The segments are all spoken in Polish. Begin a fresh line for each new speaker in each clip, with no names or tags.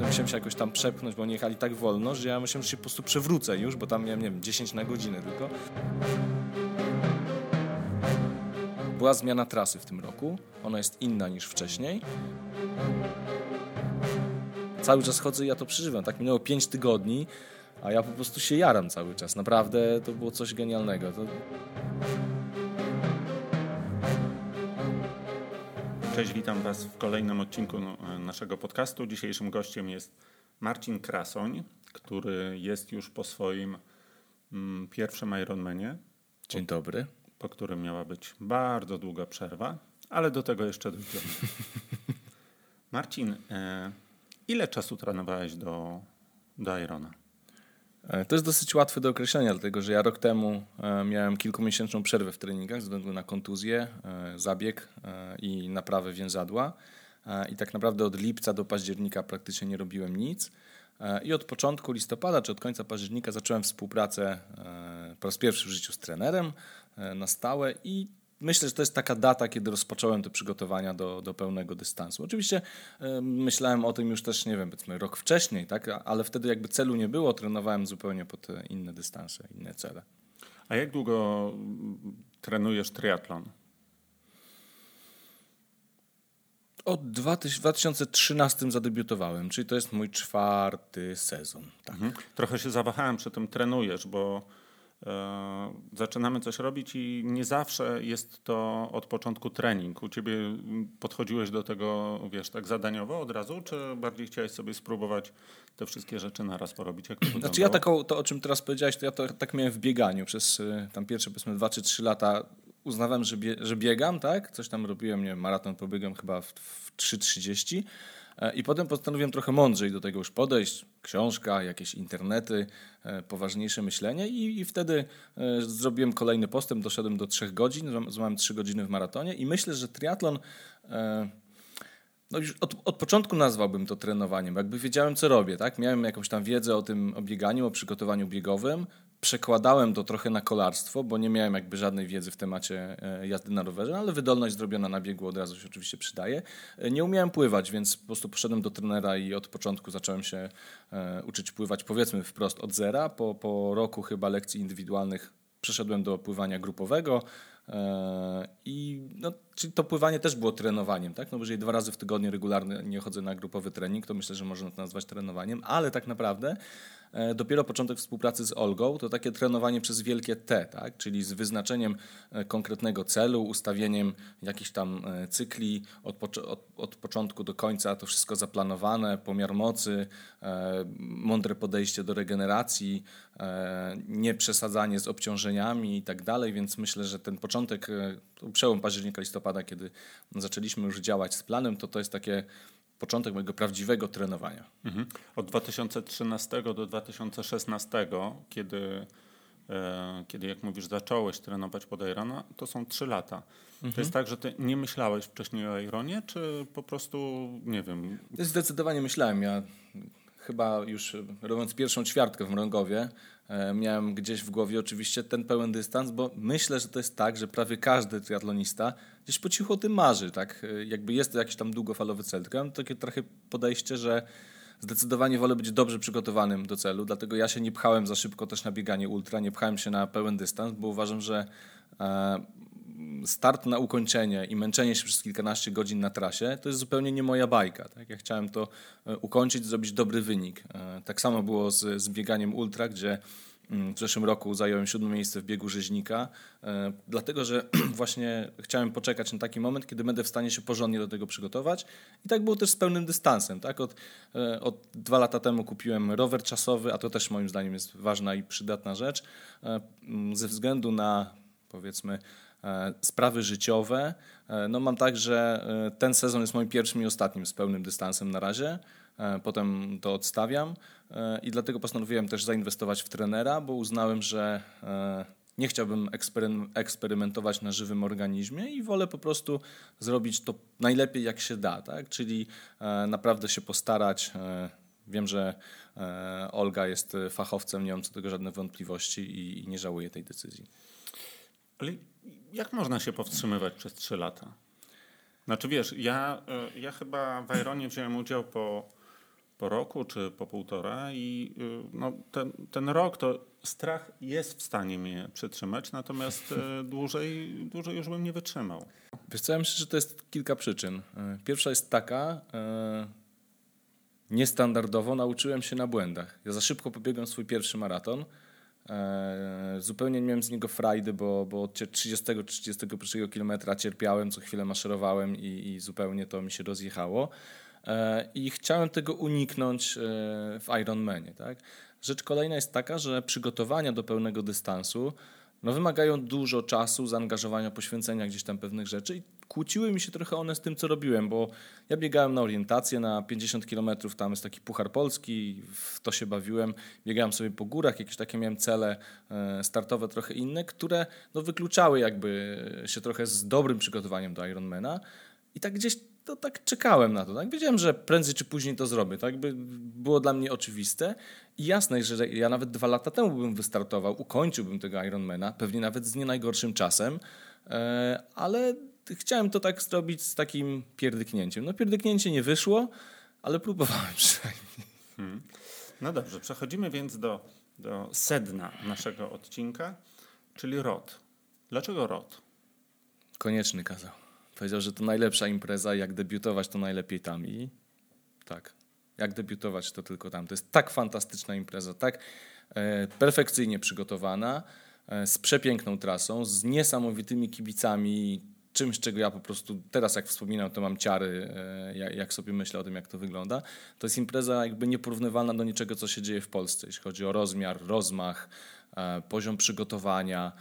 musiałem się jakoś tam przepchnąć, bo oni jechali tak wolno, że ja myślałem, że się po prostu przewrócę już, bo tam miałem, nie wiem, 10 na godzinę tylko. Była zmiana trasy w tym roku, ona jest inna niż wcześniej. Cały czas chodzę i ja to przeżywam. Tak minęło 5 tygodni, a ja po prostu się jaram cały czas. Naprawdę to było coś genialnego.
Cześć, witam Was w kolejnym odcinku naszego podcastu. Dzisiejszym gościem jest Marcin Krasoń, który jest już po swoim pierwszym Ironmanie.
Dzień dobry.
Po którym miała być bardzo długa przerwa, ale do tego jeszcze dojdziemy. Marcin, ile czasu trenowałeś do Irona?
To jest dosyć łatwe do określenia, dlatego że ja rok temu miałem kilkumiesięczną przerwę w treningach ze względu na kontuzję, zabieg i naprawę więzadła. I tak naprawdę od lipca do października praktycznie nie robiłem nic. I od początku listopada, czy od końca października zacząłem współpracę po raz pierwszy w życiu z trenerem na stałe i myślę, że to jest taka data, kiedy rozpocząłem te przygotowania do pełnego dystansu. Oczywiście myślałem o tym już też, nie wiem, powiedzmy rok wcześniej, tak? Ale wtedy jakby celu nie było, trenowałem zupełnie pod inne dystanse, inne cele.
A jak długo trenujesz triatlon?
Od 2013 zadebiutowałem, czyli to jest mój 4. sezon. Tak.
Trochę się zawahałem przy tym trenujesz, bo zaczynamy coś robić i nie zawsze jest to od początku trening. U ciebie podchodziłeś do tego, wiesz, tak zadaniowo od razu, czy bardziej chciałeś sobie spróbować te wszystkie rzeczy naraz porobić? Jak to wyglądało?
Znaczy ja to, o czym teraz powiedziałeś, to ja to tak miałem w bieganiu. Przez tam pierwsze, powiedzmy, 2 czy 3 lata uznawałem, że biegam, tak? Coś tam robiłem, nie wiem, maraton pobiegłem chyba w 3:30 i potem postanowiłem trochę mądrzej do tego już podejść. Książka, jakieś internety, poważniejsze myślenie i wtedy zrobiłem kolejny postęp, doszedłem do 3 godzin, złamałem 3 godziny w maratonie i myślę, że triatlon no już od początku nazwałbym to trenowaniem, jakby wiedziałem, co robię, tak? Miałem jakąś tam wiedzę o tym, o bieganiu, o przygotowaniu biegowym, przekładałem to trochę na kolarstwo, bo nie miałem jakby żadnej wiedzy w temacie jazdy na rowerze, ale wydolność zrobiona na biegu od razu się oczywiście przydaje. Nie umiałem pływać, więc po prostu poszedłem do trenera i od początku zacząłem się uczyć pływać, powiedzmy wprost od zera. Po roku chyba lekcji indywidualnych przeszedłem do pływania grupowego i no, czyli to pływanie też było trenowaniem, tak? No bo jeżeli 2 razy w tygodniu regularnie nie chodzę na grupowy trening, to myślę, że można to nazwać trenowaniem, ale tak naprawdę dopiero początek współpracy z Olgą to takie trenowanie przez wielkie T, tak? Czyli z wyznaczeniem konkretnego celu, ustawieniem jakichś tam cykli od początku do końca, to wszystko zaplanowane, pomiar mocy, mądre podejście do regeneracji, nie przesadzanie z obciążeniami i tak dalej, więc myślę, że ten początek, przełom października, listopada, kiedy zaczęliśmy już działać z planem, to jest takie początek mojego prawdziwego trenowania.
Od 2013 do 2016, kiedy jak mówisz, zacząłeś trenować pod Irona, to są 3 lata. To jest tak, że ty nie myślałeś wcześniej o Ironie, czy po prostu, nie wiem...
Zdecydowanie myślałem. Ja chyba już robiąc pierwszą ćwiartkę w Mrągowie, miałem gdzieś w głowie oczywiście ten pełen dystans, bo myślę, że to jest tak, że prawie każdy triatlonista gdzieś po cichu o tym marzy, tak? Jakby jest to jakiś tam długofalowy cel. Tylko ja mam takie trochę podejście, że zdecydowanie wolę być dobrze przygotowanym do celu, dlatego ja się nie pchałem za szybko też na bieganie ultra, nie pchałem się na pełen dystans, bo uważam, że start na ukończenie i męczenie się przez kilkanaście godzin na trasie to jest zupełnie nie moja bajka. Tak? Ja chciałem to ukończyć, zrobić dobry wynik. Tak samo było z bieganiem ultra, gdzie w zeszłym roku zająłem 7. miejsce w biegu rzeźnika, dlatego że właśnie chciałem poczekać na taki moment, kiedy będę w stanie się porządnie do tego przygotować. I tak było też z pełnym dystansem. Tak? Od 2 lata temu kupiłem rower czasowy, a to też moim zdaniem jest ważna i przydatna rzecz, ze względu na, powiedzmy, sprawy życiowe. No mam tak, że ten sezon jest moim pierwszym i ostatnim z pełnym dystansem na razie. Potem to odstawiam i dlatego postanowiłem też zainwestować w trenera, bo uznałem, że nie chciałbym eksperymentować na żywym organizmie i wolę po prostu zrobić to najlepiej jak się da, tak? Czyli naprawdę się postarać. Wiem, że Olga jest fachowcem, nie mam co do tego żadnych wątpliwości i nie żałuję tej decyzji.
Ale jak można się powstrzymywać przez 3 lata? Znaczy wiesz, ja chyba w Ironie wziąłem udział po po roku czy po półtora i no, ten rok to strach jest w stanie mnie przytrzymać, natomiast dłużej już bym nie wytrzymał.
Wiesz co, ja myślę, że to jest kilka przyczyn. Pierwsza jest taka, niestandardowo nauczyłem się na błędach. Ja za szybko pobiegłem swój pierwszy maraton. Zupełnie nie miałem z niego frajdy, bo od 30-31 kilometra cierpiałem, co chwilę maszerowałem i zupełnie to mi się rozjechało. I chciałem tego uniknąć w Ironmanie. Tak? Rzecz kolejna jest taka, że przygotowania do pełnego dystansu wymagają dużo czasu, zaangażowania, poświęcenia gdzieś tam pewnych rzeczy i kłóciły mi się trochę one z tym, co robiłem, bo ja biegałem na orientację na 50 km, tam jest taki Puchar Polski, w to się bawiłem, biegałem sobie po górach, jakieś takie miałem cele startowe trochę inne, które wykluczały jakby się trochę z dobrym przygotowaniem do Ironmana i tak gdzieś to tak czekałem na to. Tak? Wiedziałem, że prędzej czy później to zrobię. Tak? Było dla mnie oczywiste i jasne, że ja nawet 2 lata temu bym wystartował, ukończyłbym tego Ironmana, pewnie nawet z nie najgorszym czasem, ale chciałem to tak zrobić z takim pierdyknięciem. Pierdyknięcie nie wyszło, ale próbowałem przynajmniej.
No dobrze, przechodzimy więc do sedna naszego odcinka, czyli ROT. Dlaczego ROT?
Konieczny kazał. Powiedział, że to najlepsza impreza, jak debiutować to najlepiej tam i tak, jak debiutować to tylko tam. To jest tak fantastyczna impreza, tak perfekcyjnie przygotowana, z przepiękną trasą, z niesamowitymi kibicami, czymś, czego ja po prostu teraz jak wspominam, to mam ciary, jak sobie myślę o tym, jak to wygląda. To jest impreza jakby nieporównywalna do niczego, co się dzieje w Polsce, jeśli chodzi o rozmiar, rozmach, poziom przygotowania,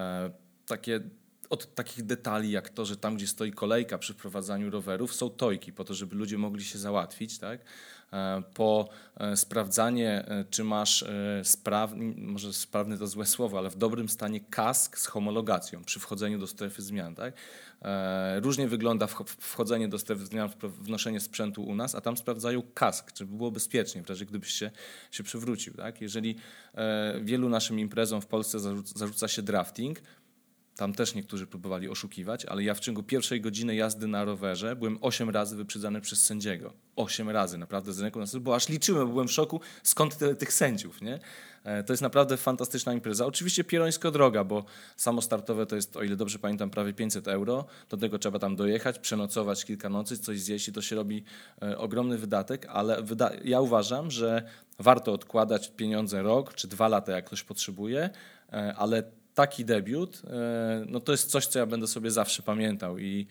od takich detali jak to, że tam, gdzie stoi kolejka przy wprowadzaniu rowerów, są tojki po to, żeby ludzie mogli się załatwić, tak? Po sprawdzanie, czy masz może sprawny to złe słowo, ale w dobrym stanie kask z homologacją przy wchodzeniu do strefy zmian, tak? Różnie wygląda wchodzenie do strefy zmian, wnoszenie sprzętu u nas, a tam sprawdzają kask, żeby było bezpiecznie, w razie gdybyś się przewrócił, tak? Jeżeli wielu naszym imprezom w Polsce zarzuca się drafting, tam też niektórzy próbowali oszukiwać, ale ja w ciągu pierwszej godziny jazdy na rowerze byłem 8 razy wyprzedzany przez sędziego. 8 razy, naprawdę z ręką na sercu, bo aż liczyłem, bo byłem w szoku, skąd tyle tych sędziów, nie? To jest naprawdę fantastyczna impreza. Oczywiście pierońsko droga, bo samo startowe to jest, o ile dobrze pamiętam, prawie 500 euro. Do tego trzeba tam dojechać, przenocować kilka nocy, coś zjeść i to się robi ogromny wydatek, ale ja uważam, że warto odkładać pieniądze rok czy 2 lata, jak ktoś potrzebuje, ale taki debiut, to jest coś, co ja będę sobie zawsze pamiętał i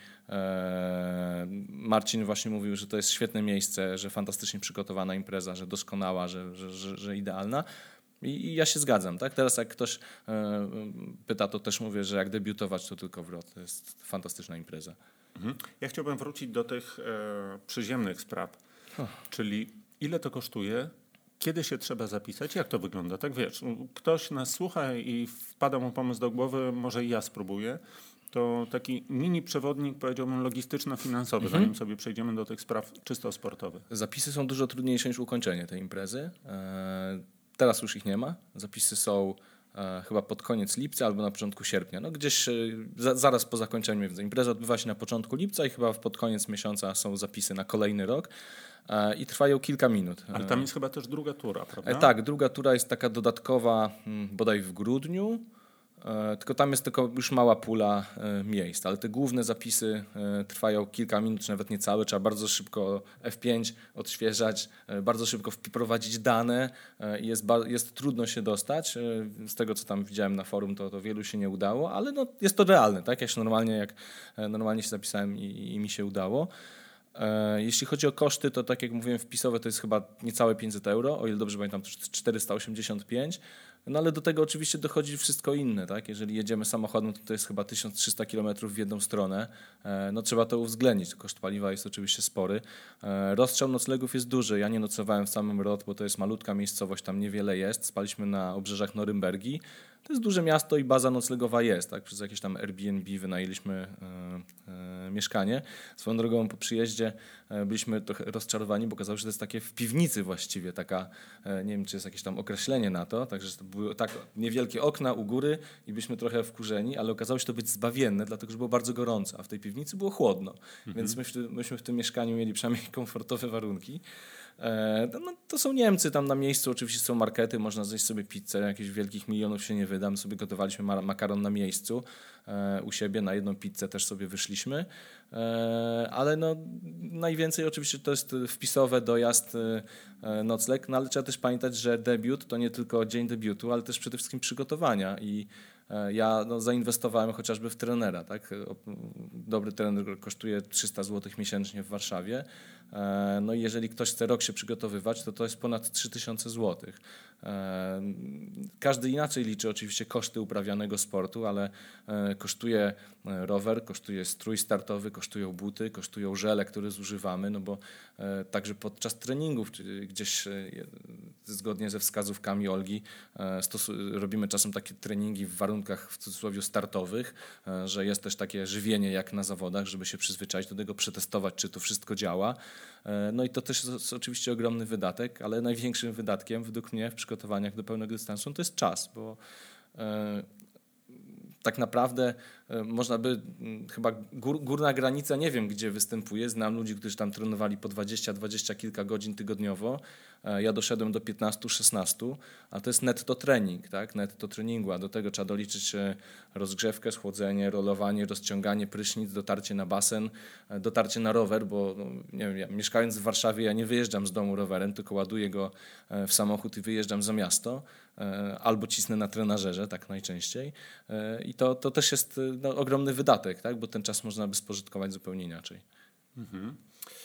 Marcin właśnie mówił, że to jest świetne miejsce, że fantastycznie przygotowana impreza, że doskonała, że idealna i ja się zgadzam. Tak? Teraz jak ktoś pyta, to też mówię, że jak debiutować, to tylko w ROT. To jest fantastyczna impreza.
Ja chciałbym wrócić do tych przyziemnych spraw, czyli ile to kosztuje, kiedy się trzeba zapisać? Jak to wygląda? Tak wiesz, ktoś nas słucha i wpada mu pomysł do głowy, może i ja spróbuję. To taki mini przewodnik, powiedziałbym, logistyczno-finansowy, zanim sobie przejdziemy do tych spraw czysto sportowych.
Zapisy są dużo trudniejsze niż ukończenie tej imprezy. Teraz już ich nie ma. Zapisy są chyba pod koniec lipca albo na początku sierpnia. Gdzieś zaraz po zakończeniu. Impreza odbywa się na początku lipca i chyba pod koniec miesiąca są zapisy na kolejny rok. I trwają kilka minut.
Ale tam jest chyba też druga tura, prawda?
Tak, druga tura jest taka dodatkowa bodaj w grudniu, tylko tam jest tylko już mała pula miejsc, ale te główne zapisy trwają kilka minut, czy nawet niecałe. Trzeba bardzo szybko F5 odświeżać, bardzo szybko wprowadzić dane i jest trudno się dostać. Z tego, co tam widziałem na forum, to wielu się nie udało, ale jest to realne. Tak? Ja się normalnie się zapisałem i mi się udało. Jeśli chodzi o koszty, to tak jak mówiłem, wpisowe to jest chyba niecałe 500 euro, o ile dobrze pamiętam, to 485, ale do tego oczywiście dochodzi wszystko inne, tak? Jeżeli jedziemy samochodem, to jest chyba 1300 km w jedną stronę, trzeba to uwzględnić, koszt paliwa jest oczywiście spory. Rozstrzał noclegów jest duży, ja nie nocowałem w samym ROT, bo to jest malutka miejscowość, tam niewiele jest, spaliśmy na obrzeżach Norymbergi. To jest duże miasto i baza noclegowa jest, tak? Przez jakieś tam Airbnb wynajęliśmy mieszkanie. Swoją drogą po przyjeździe byliśmy trochę rozczarowani, bo okazało się, że to jest takie w piwnicy właściwie, taka, nie wiem, czy jest jakieś tam określenie na to, także to były tak niewielkie okna u góry i byliśmy trochę wkurzeni, ale okazało się to być zbawienne, dlatego że było bardzo gorąco, a w tej piwnicy było chłodno, więc myśmy w tym mieszkaniu mieli przynajmniej komfortowe warunki. No, to są Niemcy, tam na miejscu oczywiście są markety, można zjeść sobie pizzę, jakichś wielkich milionów się nie wyda. My sobie gotowaliśmy makaron na miejscu u siebie, na jedną pizzę też sobie wyszliśmy, ale no, najwięcej oczywiście to jest wpisowe, dojazd, nocleg, no ale trzeba też pamiętać, że debiut to nie tylko dzień debiutu, ale też przede wszystkim przygotowania i ja zainwestowałem chociażby w trenera. Tak? Dobry trener kosztuje 300 zł miesięcznie w Warszawie. No i jeżeli ktoś chce rok się przygotowywać, to jest ponad 3000 zł. Każdy inaczej liczy oczywiście koszty uprawianego sportu, ale kosztuje rower, kosztuje strój startowy, kosztują buty, kosztują żele, które zużywamy, no bo także podczas treningów, czy gdzieś zgodnie ze wskazówkami Olgi robimy czasem takie treningi w warunkach w cudzysłowie startowych, że jest też takie żywienie jak na zawodach, żeby się przyzwyczaić do tego, przetestować, czy to wszystko działa. No i to też jest oczywiście ogromny wydatek, ale największym wydatkiem według mnie w przygotowaniach do pełnego dystansu to jest czas, bo tak naprawdę można by, chyba górna granica nie wiem gdzie występuje, znam ludzi, którzy tam trenowali po 20 kilka godzin tygodniowo, ja doszedłem do 15-16, a to jest netto trening, tak? Netto treningu, a do tego trzeba doliczyć rozgrzewkę, schłodzenie, rolowanie, rozciąganie, prysznic, dotarcie na basen, dotarcie na rower, bo no, nie wiem, ja, mieszkając w Warszawie ja nie wyjeżdżam z domu rowerem, tylko ładuję go w samochód i wyjeżdżam za miasto, albo cisnę na trenażerze, tak najczęściej i to też jest no, ogromny wydatek, tak? Bo ten czas można by spożytkować zupełnie inaczej. Mhm.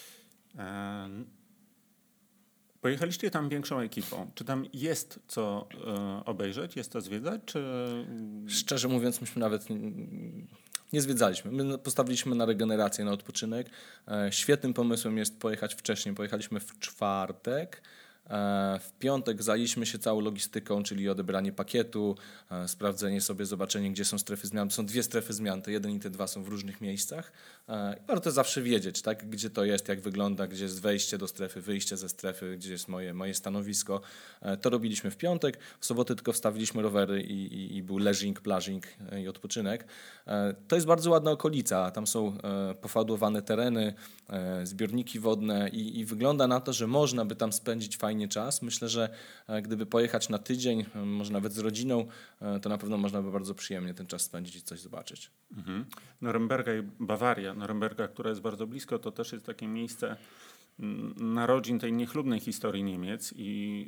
Pojechaliście tam większą ekipą. Czy tam jest co obejrzeć, jest co zwiedzać? Czy...
Szczerze mówiąc, myśmy nawet nie zwiedzaliśmy. My postawiliśmy na regenerację, na odpoczynek. Świetnym pomysłem jest pojechać wcześniej. Pojechaliśmy w czwartek. W piątek zajęliśmy się całą logistyką, czyli odebranie pakietu, sprawdzenie sobie, zobaczenie, gdzie są strefy zmian. Są 2 strefy zmian, te 1 i te 2 są w różnych miejscach. Warto zawsze wiedzieć, tak, gdzie to jest, jak wygląda, gdzie jest wejście do strefy, wyjście ze strefy, gdzie jest moje stanowisko. To robiliśmy w piątek. W sobotę tylko wstawiliśmy rowery i był leżing, plażing i odpoczynek. To jest bardzo ładna okolica. Tam są pofałdowane tereny, zbiorniki wodne i wygląda na to, że można by tam spędzić fajnie czas. Myślę, że gdyby pojechać na tydzień, może nawet z rodziną, to na pewno można by bardzo przyjemnie ten czas spędzić i coś zobaczyć.
Mhm. Norymberga i Bawaria. Norymberga, która jest bardzo blisko, to też jest takie miejsce narodzin tej niechlubnej historii Niemiec i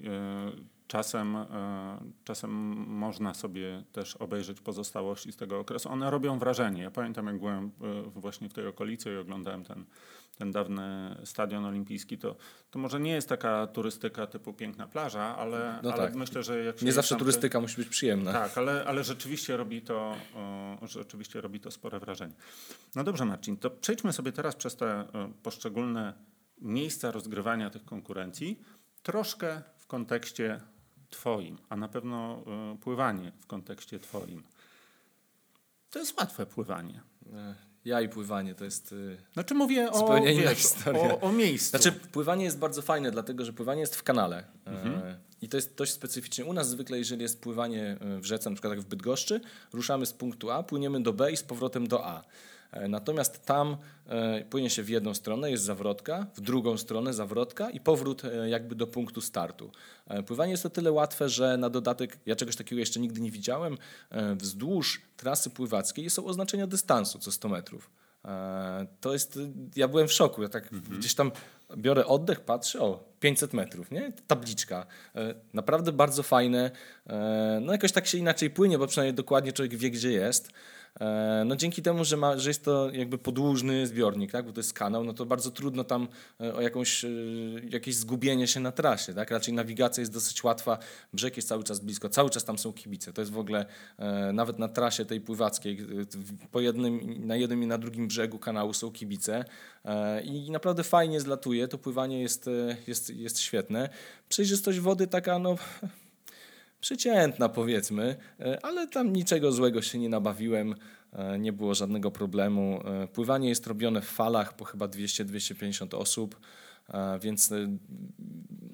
czasem można sobie też obejrzeć pozostałości z tego okresu. One robią wrażenie. Ja pamiętam, jak byłem właśnie w tej okolicy i oglądałem ten dawny stadion olimpijski, to może nie jest taka turystyka typu piękna plaża, ale
tak.
Myślę, że jak się
nie zawsze turystyka musi być przyjemna.
Tak, ale rzeczywiście robi to spore wrażenie. No dobrze, Marcin, to przejdźmy sobie teraz przez te poszczególne miejsca rozgrywania tych konkurencji troszkę w kontekście twoim, a na pewno pływanie w kontekście twoim. To jest łatwe pływanie.
Ja i pływanie to jest
znaczy mówię
zupełnie inna historia.
O miejscu.
Znaczy pływanie jest bardzo fajne, dlatego że pływanie jest w kanale. I to jest dość specyficznie. U nas zwykle, jeżeli jest pływanie w rzece, na przykład jak w Bydgoszczy, ruszamy z punktu A, płyniemy do B i z powrotem do A. Natomiast tam płynie się w jedną stronę, jest zawrotka, w drugą stronę zawrotka i powrót jakby do punktu startu. Pływanie jest o tyle łatwe, że na dodatek, ja czegoś takiego jeszcze nigdy nie widziałem, wzdłuż trasy pływackiej są oznaczenia dystansu co 100 metrów. To jest, ja byłem w szoku, ja tak gdzieś tam biorę oddech, patrzę, 500 metrów, nie? Tabliczka. Naprawdę bardzo fajne. No jakoś tak się inaczej płynie, bo przynajmniej dokładnie człowiek wie, gdzie jest. No dzięki temu, że jest to jakby podłużny zbiornik, tak? Bo to jest kanał, no to bardzo trudno tam o jakieś zgubienie się na trasie, tak? Raczej nawigacja jest dosyć łatwa, brzeg jest cały czas blisko, cały czas tam są kibice. To jest w ogóle nawet na trasie tej pływackiej, na jednym i na drugim brzegu kanału są kibice i naprawdę fajnie zlatuje, to pływanie jest świetne. Przejrzystość wody taka, no przeciętna powiedzmy, ale tam niczego złego się nie nabawiłem, nie było żadnego problemu. Pływanie jest robione w falach po chyba 200-250 osób, więc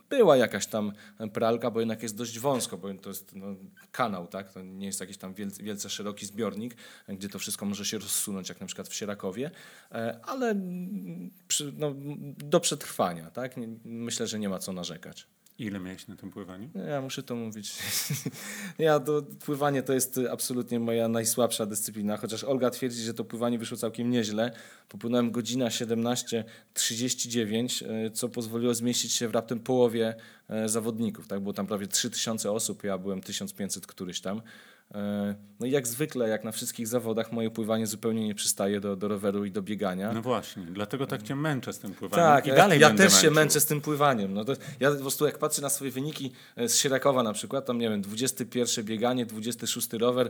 była jakaś tam pralka, bo jednak jest dość wąsko, bo to jest kanał, tak? To nie jest jakiś tam wielce szeroki zbiornik, gdzie to wszystko może się rozsunąć, jak na przykład w Sierakowie, ale do przetrwania, tak? Myślę, że nie ma co narzekać.
Ile miałeś na tym pływaniu?
Ja muszę to mówić. Pływanie to jest absolutnie moja najsłabsza dyscyplina, chociaż Olga twierdzi, że to pływanie wyszło całkiem nieźle. Popłynąłem godzina 17:39, co pozwoliło zmieścić się w raptem połowie zawodników. Tak? Było tam prawie 3000 osób, ja byłem 1500 któryś tam. No i jak zwykle, jak na wszystkich zawodach, moje pływanie zupełnie nie przystaje do roweru i do biegania.
No właśnie, dlatego tak cię męczę z tym pływaniem.
Tak,
i dalej
ja
będę
też się
męczył.
męczę z tym pływaniem. Ja po prostu jak patrzę na swoje wyniki z Sierakowa na przykład, tam nie wiem, 21 bieganie, 26 rower,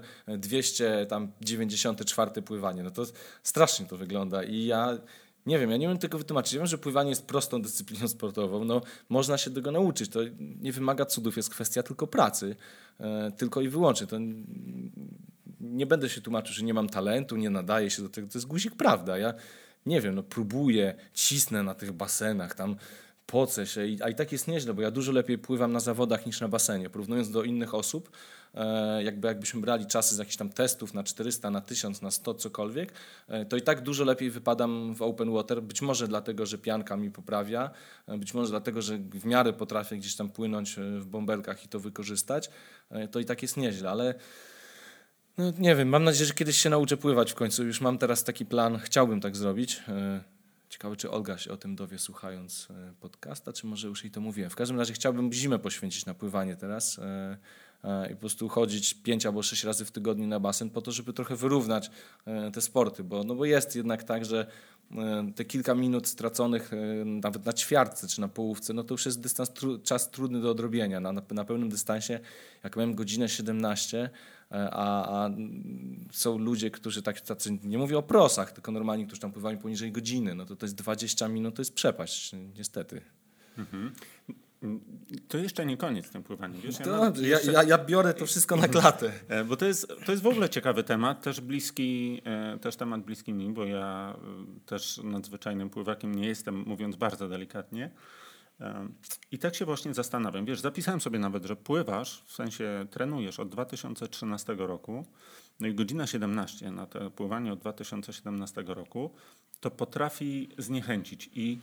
294 pływanie. No to strasznie to wygląda i ja nie wiem tego wytłumaczyć. Ja wiem, że pływanie jest prostą dyscypliną sportową. No, można się tego nauczyć. To nie wymaga cudów, jest kwestia tylko pracy. Tylko i wyłącznie. To nie będę się tłumaczył, że nie mam talentu, nie nadaję się do tego. To jest guzik prawda. Ja nie wiem, próbuję, cisnę na tych basenach, tam pocę się, a i tak jest nieźle, bo ja dużo lepiej pływam na zawodach niż na basenie. Porównując do innych osób, jakbyśmy brali czasy z jakichś tam testów na 400, na 1000, na 100, cokolwiek, to i tak dużo lepiej wypadam w open water. Być może dlatego, że pianka mi poprawia, być może dlatego, że w miarę potrafię gdzieś tam płynąć w bąbelkach i to wykorzystać. To i tak jest nieźle, ale nie wiem, mam nadzieję, że kiedyś się nauczę pływać w końcu. Już mam teraz taki plan, chciałbym tak zrobić. Ciekawe, czy Olga się o tym dowie, słuchając podcasta, czy może już jej to mówiłem. W każdym razie chciałbym zimę poświęcić na pływanie teraz i po prostu chodzić 5 albo 6 razy w tygodniu na basen po to, żeby trochę wyrównać te sporty, bo jest jednak tak, że te kilka minut straconych nawet na ćwiartce czy na połówce, no to już jest czas trudny do odrobienia. Na pełnym dystansie, jak miałem godzinę 17, a są ludzie, którzy tacy, nie mówię o prosach, tylko normalnie, którzy tam pływają poniżej godziny, no to jest 20 minut, to jest przepaść, niestety. Mhm.
To jeszcze nie koniec z tym pływaniem. Wiesz?
Ja biorę to wszystko na klatę.
Bo to jest w ogóle ciekawy temat, też temat bliski mi, bo ja też nadzwyczajnym pływakiem nie jestem, mówiąc bardzo delikatnie. I tak się właśnie zastanawiam. Wiesz, zapisałem sobie nawet, że pływasz, w sensie trenujesz od 2013 roku, no i godzina 17 na to pływanie od 2017 roku, to potrafi zniechęcić i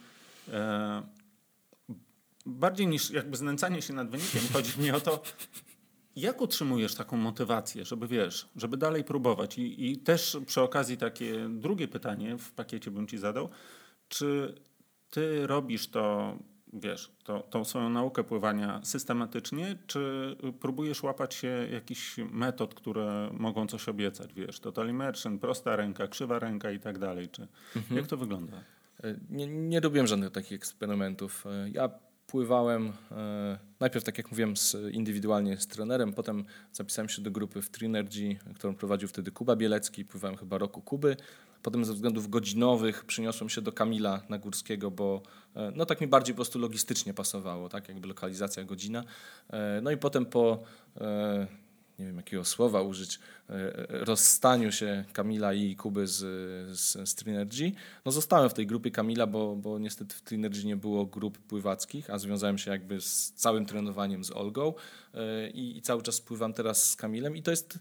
bardziej niż jakby znęcanie się nad wynikiem, chodzi mi o to, jak utrzymujesz taką motywację, żeby dalej próbować. I też przy okazji takie drugie pytanie w pakiecie bym ci zadał, czy ty robisz to, tą swoją naukę pływania systematycznie, czy próbujesz łapać się jakichś metod, które mogą coś obiecać, total immersion, prosta ręka, krzywa ręka i tak dalej, jak to wygląda?
Nie robiłem żadnych takich eksperymentów. Ja pływałem najpierw, tak jak mówiłem, indywidualnie z trenerem, potem zapisałem się do grupy w Trinergy, którą prowadził wtedy Kuba Bielecki, pływałem chyba roku Kuby. Potem ze względów godzinowych przyniosłem się do Kamila Nagórskiego, bo tak mi bardziej po prostu logistycznie pasowało, tak jakby lokalizacja, godzina. No i potem po, nie wiem jakiego słowa użyć, rozstaniu się Kamila i Kuby z Trinergy, zostałem w tej grupie Kamila, bo niestety w Trinergy nie było grup pływackich, a związałem się jakby z całym trenowaniem z Olgą i cały czas pływam teraz z Kamilem i to jest...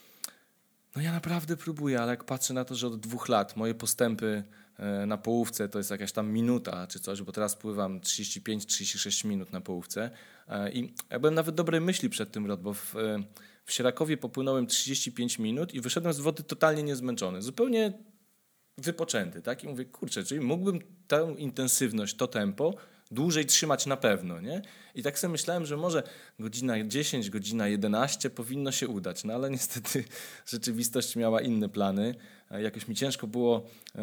ja naprawdę próbuję, ale jak patrzę na to, że od 2 lat moje postępy na połówce to jest jakaś tam minuta czy coś, bo teraz pływam 35-36 minut na połówce i ja byłem nawet dobrej myśli przed tym rok, bo w Sierakowie popłynąłem 35 minut i wyszedłem z wody totalnie niezmęczony, zupełnie wypoczęty, tak? I mówię, kurczę, czyli mógłbym tę intensywność, to tempo dłużej trzymać na pewno, nie? I tak sobie myślałem, że może godzina 10, godzina 11 powinno się udać, ale niestety rzeczywistość miała inne plany. Jakoś mi ciężko było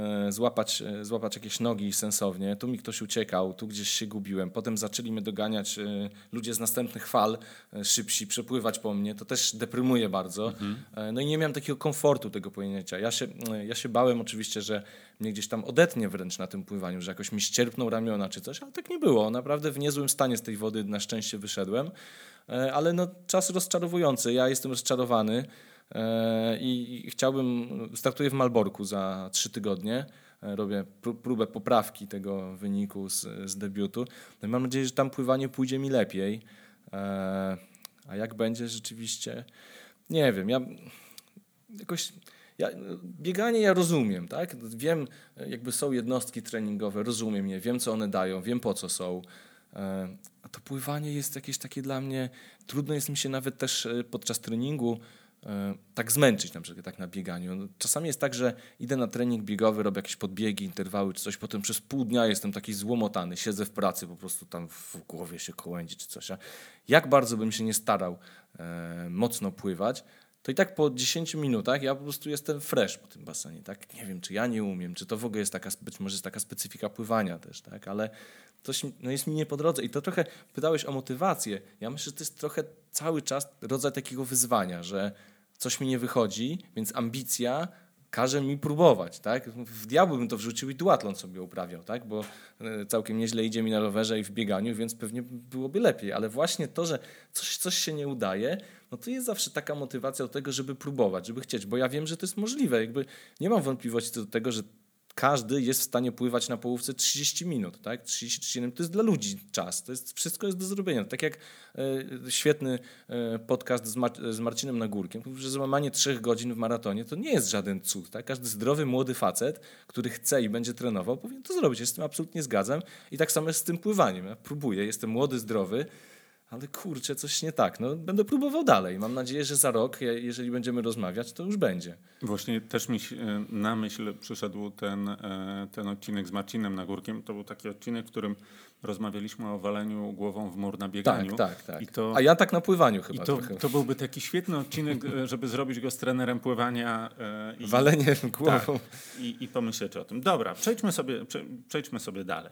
złapać jakieś nogi sensownie. Tu mi ktoś uciekał, tu gdzieś się gubiłem. Potem zaczęli mnie doganiać ludzie z następnych fal, szybsi, przepływać po mnie. To też deprymuje bardzo. No i nie miałem takiego komfortu tego płynięcia. Ja się bałem oczywiście, że mnie gdzieś tam odetnie wręcz na tym pływaniu, że jakoś mi ścierpną ramiona czy coś, ale tak nie było. Naprawdę w niezłym stanie z tej wody na szczęście wyszedłem. Ale czas rozczarowujący. Ja jestem rozczarowany. I startuję w Malborku za 3 tygodnie. robię próbę poprawki tego wyniku z debiutu. No i mam nadzieję, że tam pływanie pójdzie mi lepiej. A jak będzie rzeczywiście, nie wiem, bieganie ja rozumiem, tak? Wiem, jakby są jednostki treningowe, rozumiem je, wiem, co one dają, wiem, po co są. A to pływanie jest jakieś takie dla mnie, trudno jest mi się nawet też podczas treningu tak zmęczyć, na przykład tak na bieganiu. No, czasami jest tak, że idę na trening biegowy, robię jakieś podbiegi, interwały czy coś, potem przez pół dnia jestem taki złomotany, siedzę w pracy, po prostu tam w głowie się kołędzi czy coś. A jak bardzo bym się nie starał mocno pływać, to i tak po 10 minutach ja po prostu jestem fresh po tym basenie, tak? Nie wiem, czy ja nie umiem, czy to w ogóle jest być może jest taka specyfika pływania też, tak? Ale coś jest mi nie po drodze i to trochę, pytałeś o motywację, ja myślę, że to jest trochę cały czas rodzaj takiego wyzwania, że coś mi nie wychodzi, więc ambicja każe mi próbować, tak? W diabły bym to wrzucił i duatlon sobie uprawiał, tak? Bo całkiem nieźle idzie mi na rowerze i w bieganiu, więc pewnie byłoby lepiej, ale właśnie to, że coś się nie udaje, no to jest zawsze taka motywacja do tego, żeby próbować, żeby chcieć, bo ja wiem, że to jest możliwe, jakby nie mam wątpliwości co do tego, że każdy jest w stanie pływać na połówce 30 minut, tak? 30 minut to jest dla ludzi czas, wszystko jest do zrobienia. Tak jak świetny podcast z Marcinem Nagórkiem, że złamanie 3 godzin w maratonie to nie jest żaden cud, tak? Każdy zdrowy, młody facet, który chce i będzie trenował, powinien to zrobić. Ja się z tym absolutnie zgadzam i tak samo jest z tym pływaniem. Ja próbuję, jestem młody, zdrowy, ale kurczę, coś nie tak. No, będę próbował dalej. Mam nadzieję, że za rok, jeżeli będziemy rozmawiać, to już będzie.
Właśnie też mi na myśl przyszedł ten odcinek z Marcinem Nagórkiem. To był taki odcinek, w którym rozmawialiśmy o waleniu głową w mur na bieganiu.
Tak. A ja tak na pływaniu chyba trochę.
To byłby taki świetny odcinek, żeby zrobić go z trenerem pływania.
Walenie głową.
Tak, i pomyśleć o tym. Dobra, przejdźmy sobie dalej.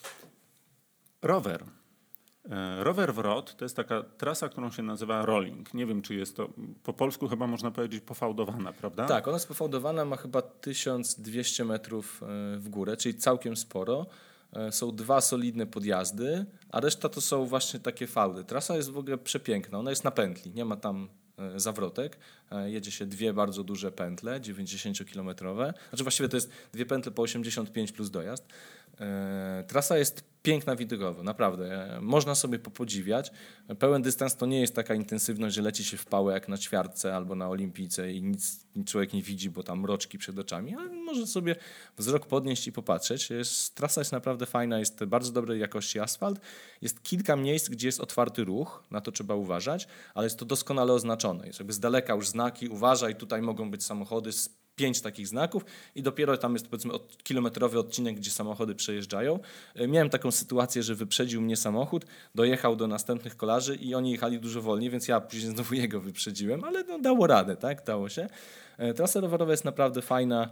Rower. Rower Wrot to jest taka trasa, którą się nazywa rolling. Nie wiem, czy jest to po polsku chyba można powiedzieć pofałdowana, prawda?
Tak, ona jest pofałdowana, ma chyba 1200 metrów w górę, czyli całkiem sporo. Są 2 solidne podjazdy, a reszta to są właśnie takie fałdy. Trasa jest w ogóle przepiękna, ona jest na pętli, nie ma tam zawrotek. Jedzie się 2 bardzo duże pętle, 90-kilometrowe. Znaczy właściwie to jest 2 pętle po 85 plus dojazd. Trasa jest piękna widokowo, naprawdę. Można sobie popodziwiać. Pełen dystans to nie jest taka intensywność, że leci się w pałę jak na ćwiartce albo na olimpijce i nic człowiek nie widzi, bo tam mroczki przed oczami, ale może sobie wzrok podnieść i popatrzeć. Trasa jest naprawdę fajna, jest bardzo dobrej jakości asfalt. Jest kilka miejsc, gdzie jest otwarty ruch, na to trzeba uważać, ale jest to doskonale oznaczone. Jest jakby z daleka już znaki, uważaj, tutaj mogą być samochody, 5 takich znaków i dopiero tam jest powiedzmy kilometrowy odcinek, gdzie samochody przejeżdżają. Miałem taką sytuację, że wyprzedził mnie samochód, dojechał do następnych kolarzy i oni jechali dużo wolniej, więc ja później znowu jego wyprzedziłem, ale no, dało radę, tak? Dało się. Trasa rowerowa jest naprawdę fajna.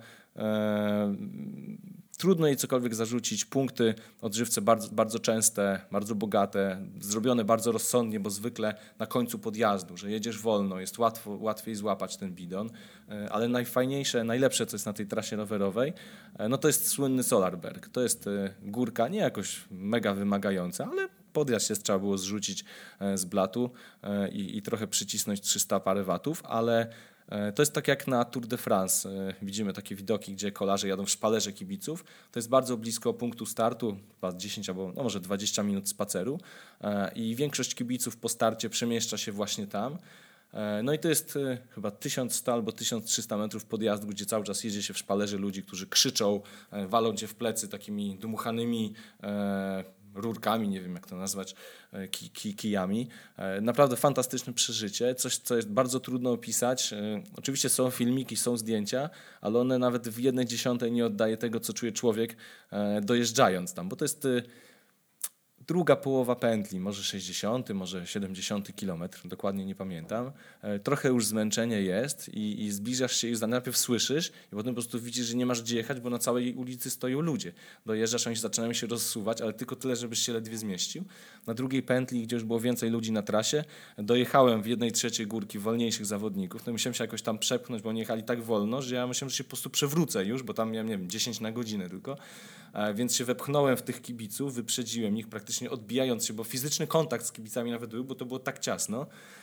Trudno jej cokolwiek zarzucić. Punkty odżywcze bardzo, bardzo częste, bardzo bogate, zrobione bardzo rozsądnie, bo zwykle na końcu podjazdu, że jedziesz wolno, jest łatwiej złapać ten bidon, ale najfajniejsze, najlepsze, co jest na tej trasie rowerowej, no to jest słynny Solarberg. To jest górka, nie jakoś mega wymagająca, ale podjazd się trzeba było zrzucić z blatu i trochę przycisnąć 300 parę watów, ale to jest tak jak na Tour de France. Widzimy takie widoki, gdzie kolarze jadą w szpalerze kibiców. To jest bardzo blisko punktu startu, chyba 10 albo no może 20 minut spaceru i większość kibiców po starcie przemieszcza się właśnie tam. No i to jest chyba 1100 albo 1300 metrów podjazdu, gdzie cały czas jedzie się w szpalerze ludzi, którzy krzyczą, walą cię w plecy takimi dmuchanymi rurkami, nie wiem jak to nazwać, kijami. Naprawdę fantastyczne przeżycie, coś co jest bardzo trudno opisać. Oczywiście są filmiki, są zdjęcia, ale one nawet w 1/10 nie oddaje tego, co czuje człowiek dojeżdżając tam, bo to jest druga połowa pętli, może 60, może 70 kilometr, dokładnie nie pamiętam. Trochę już zmęczenie jest i zbliżasz się i najpierw słyszysz i potem po prostu widzisz, że nie masz gdzie jechać, bo na całej ulicy stoją ludzie. Dojeżdżasz, oni zaczynają się rozsuwać, ale tylko tyle, żebyś się ledwie zmieścił. Na drugiej pętli, gdzie już było więcej ludzi na trasie, dojechałem w 1/3 górki wolniejszych zawodników. No musiałem się jakoś tam przepchnąć, bo oni jechali tak wolno, że ja myślałem, że się po prostu przewrócę już, bo tam miałem, nie wiem, 10 na godzinę tylko. Więc się wepchnąłem w tych kibiców, wyprzedziłem ich, praktycznie fizycznie odbijając się, bo fizyczny kontakt z kibicami nawet był, bo to było tak ciasno,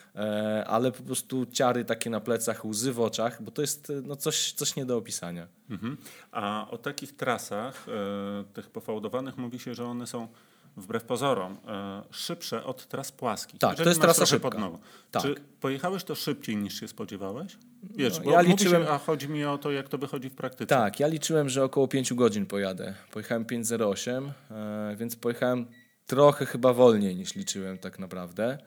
ale po prostu ciary takie na plecach, łzy w oczach, bo to jest coś nie do opisania.
A o takich trasach, tych pofałdowanych, mówi się, że one są wbrew pozorom szybsze od tras płaskich.
Tak, to jest trasa szybka.
Tak. Czy pojechałeś to szybciej niż się spodziewałeś? Wiesz, bo
ja liczyłem,
a chodzi mi o to, jak to wychodzi w praktyce.
Tak, ja liczyłem, że około 5 godzin pojadę. Pojechałem 5:08, więc pojechałem trochę chyba wolniej niż liczyłem tak naprawdę.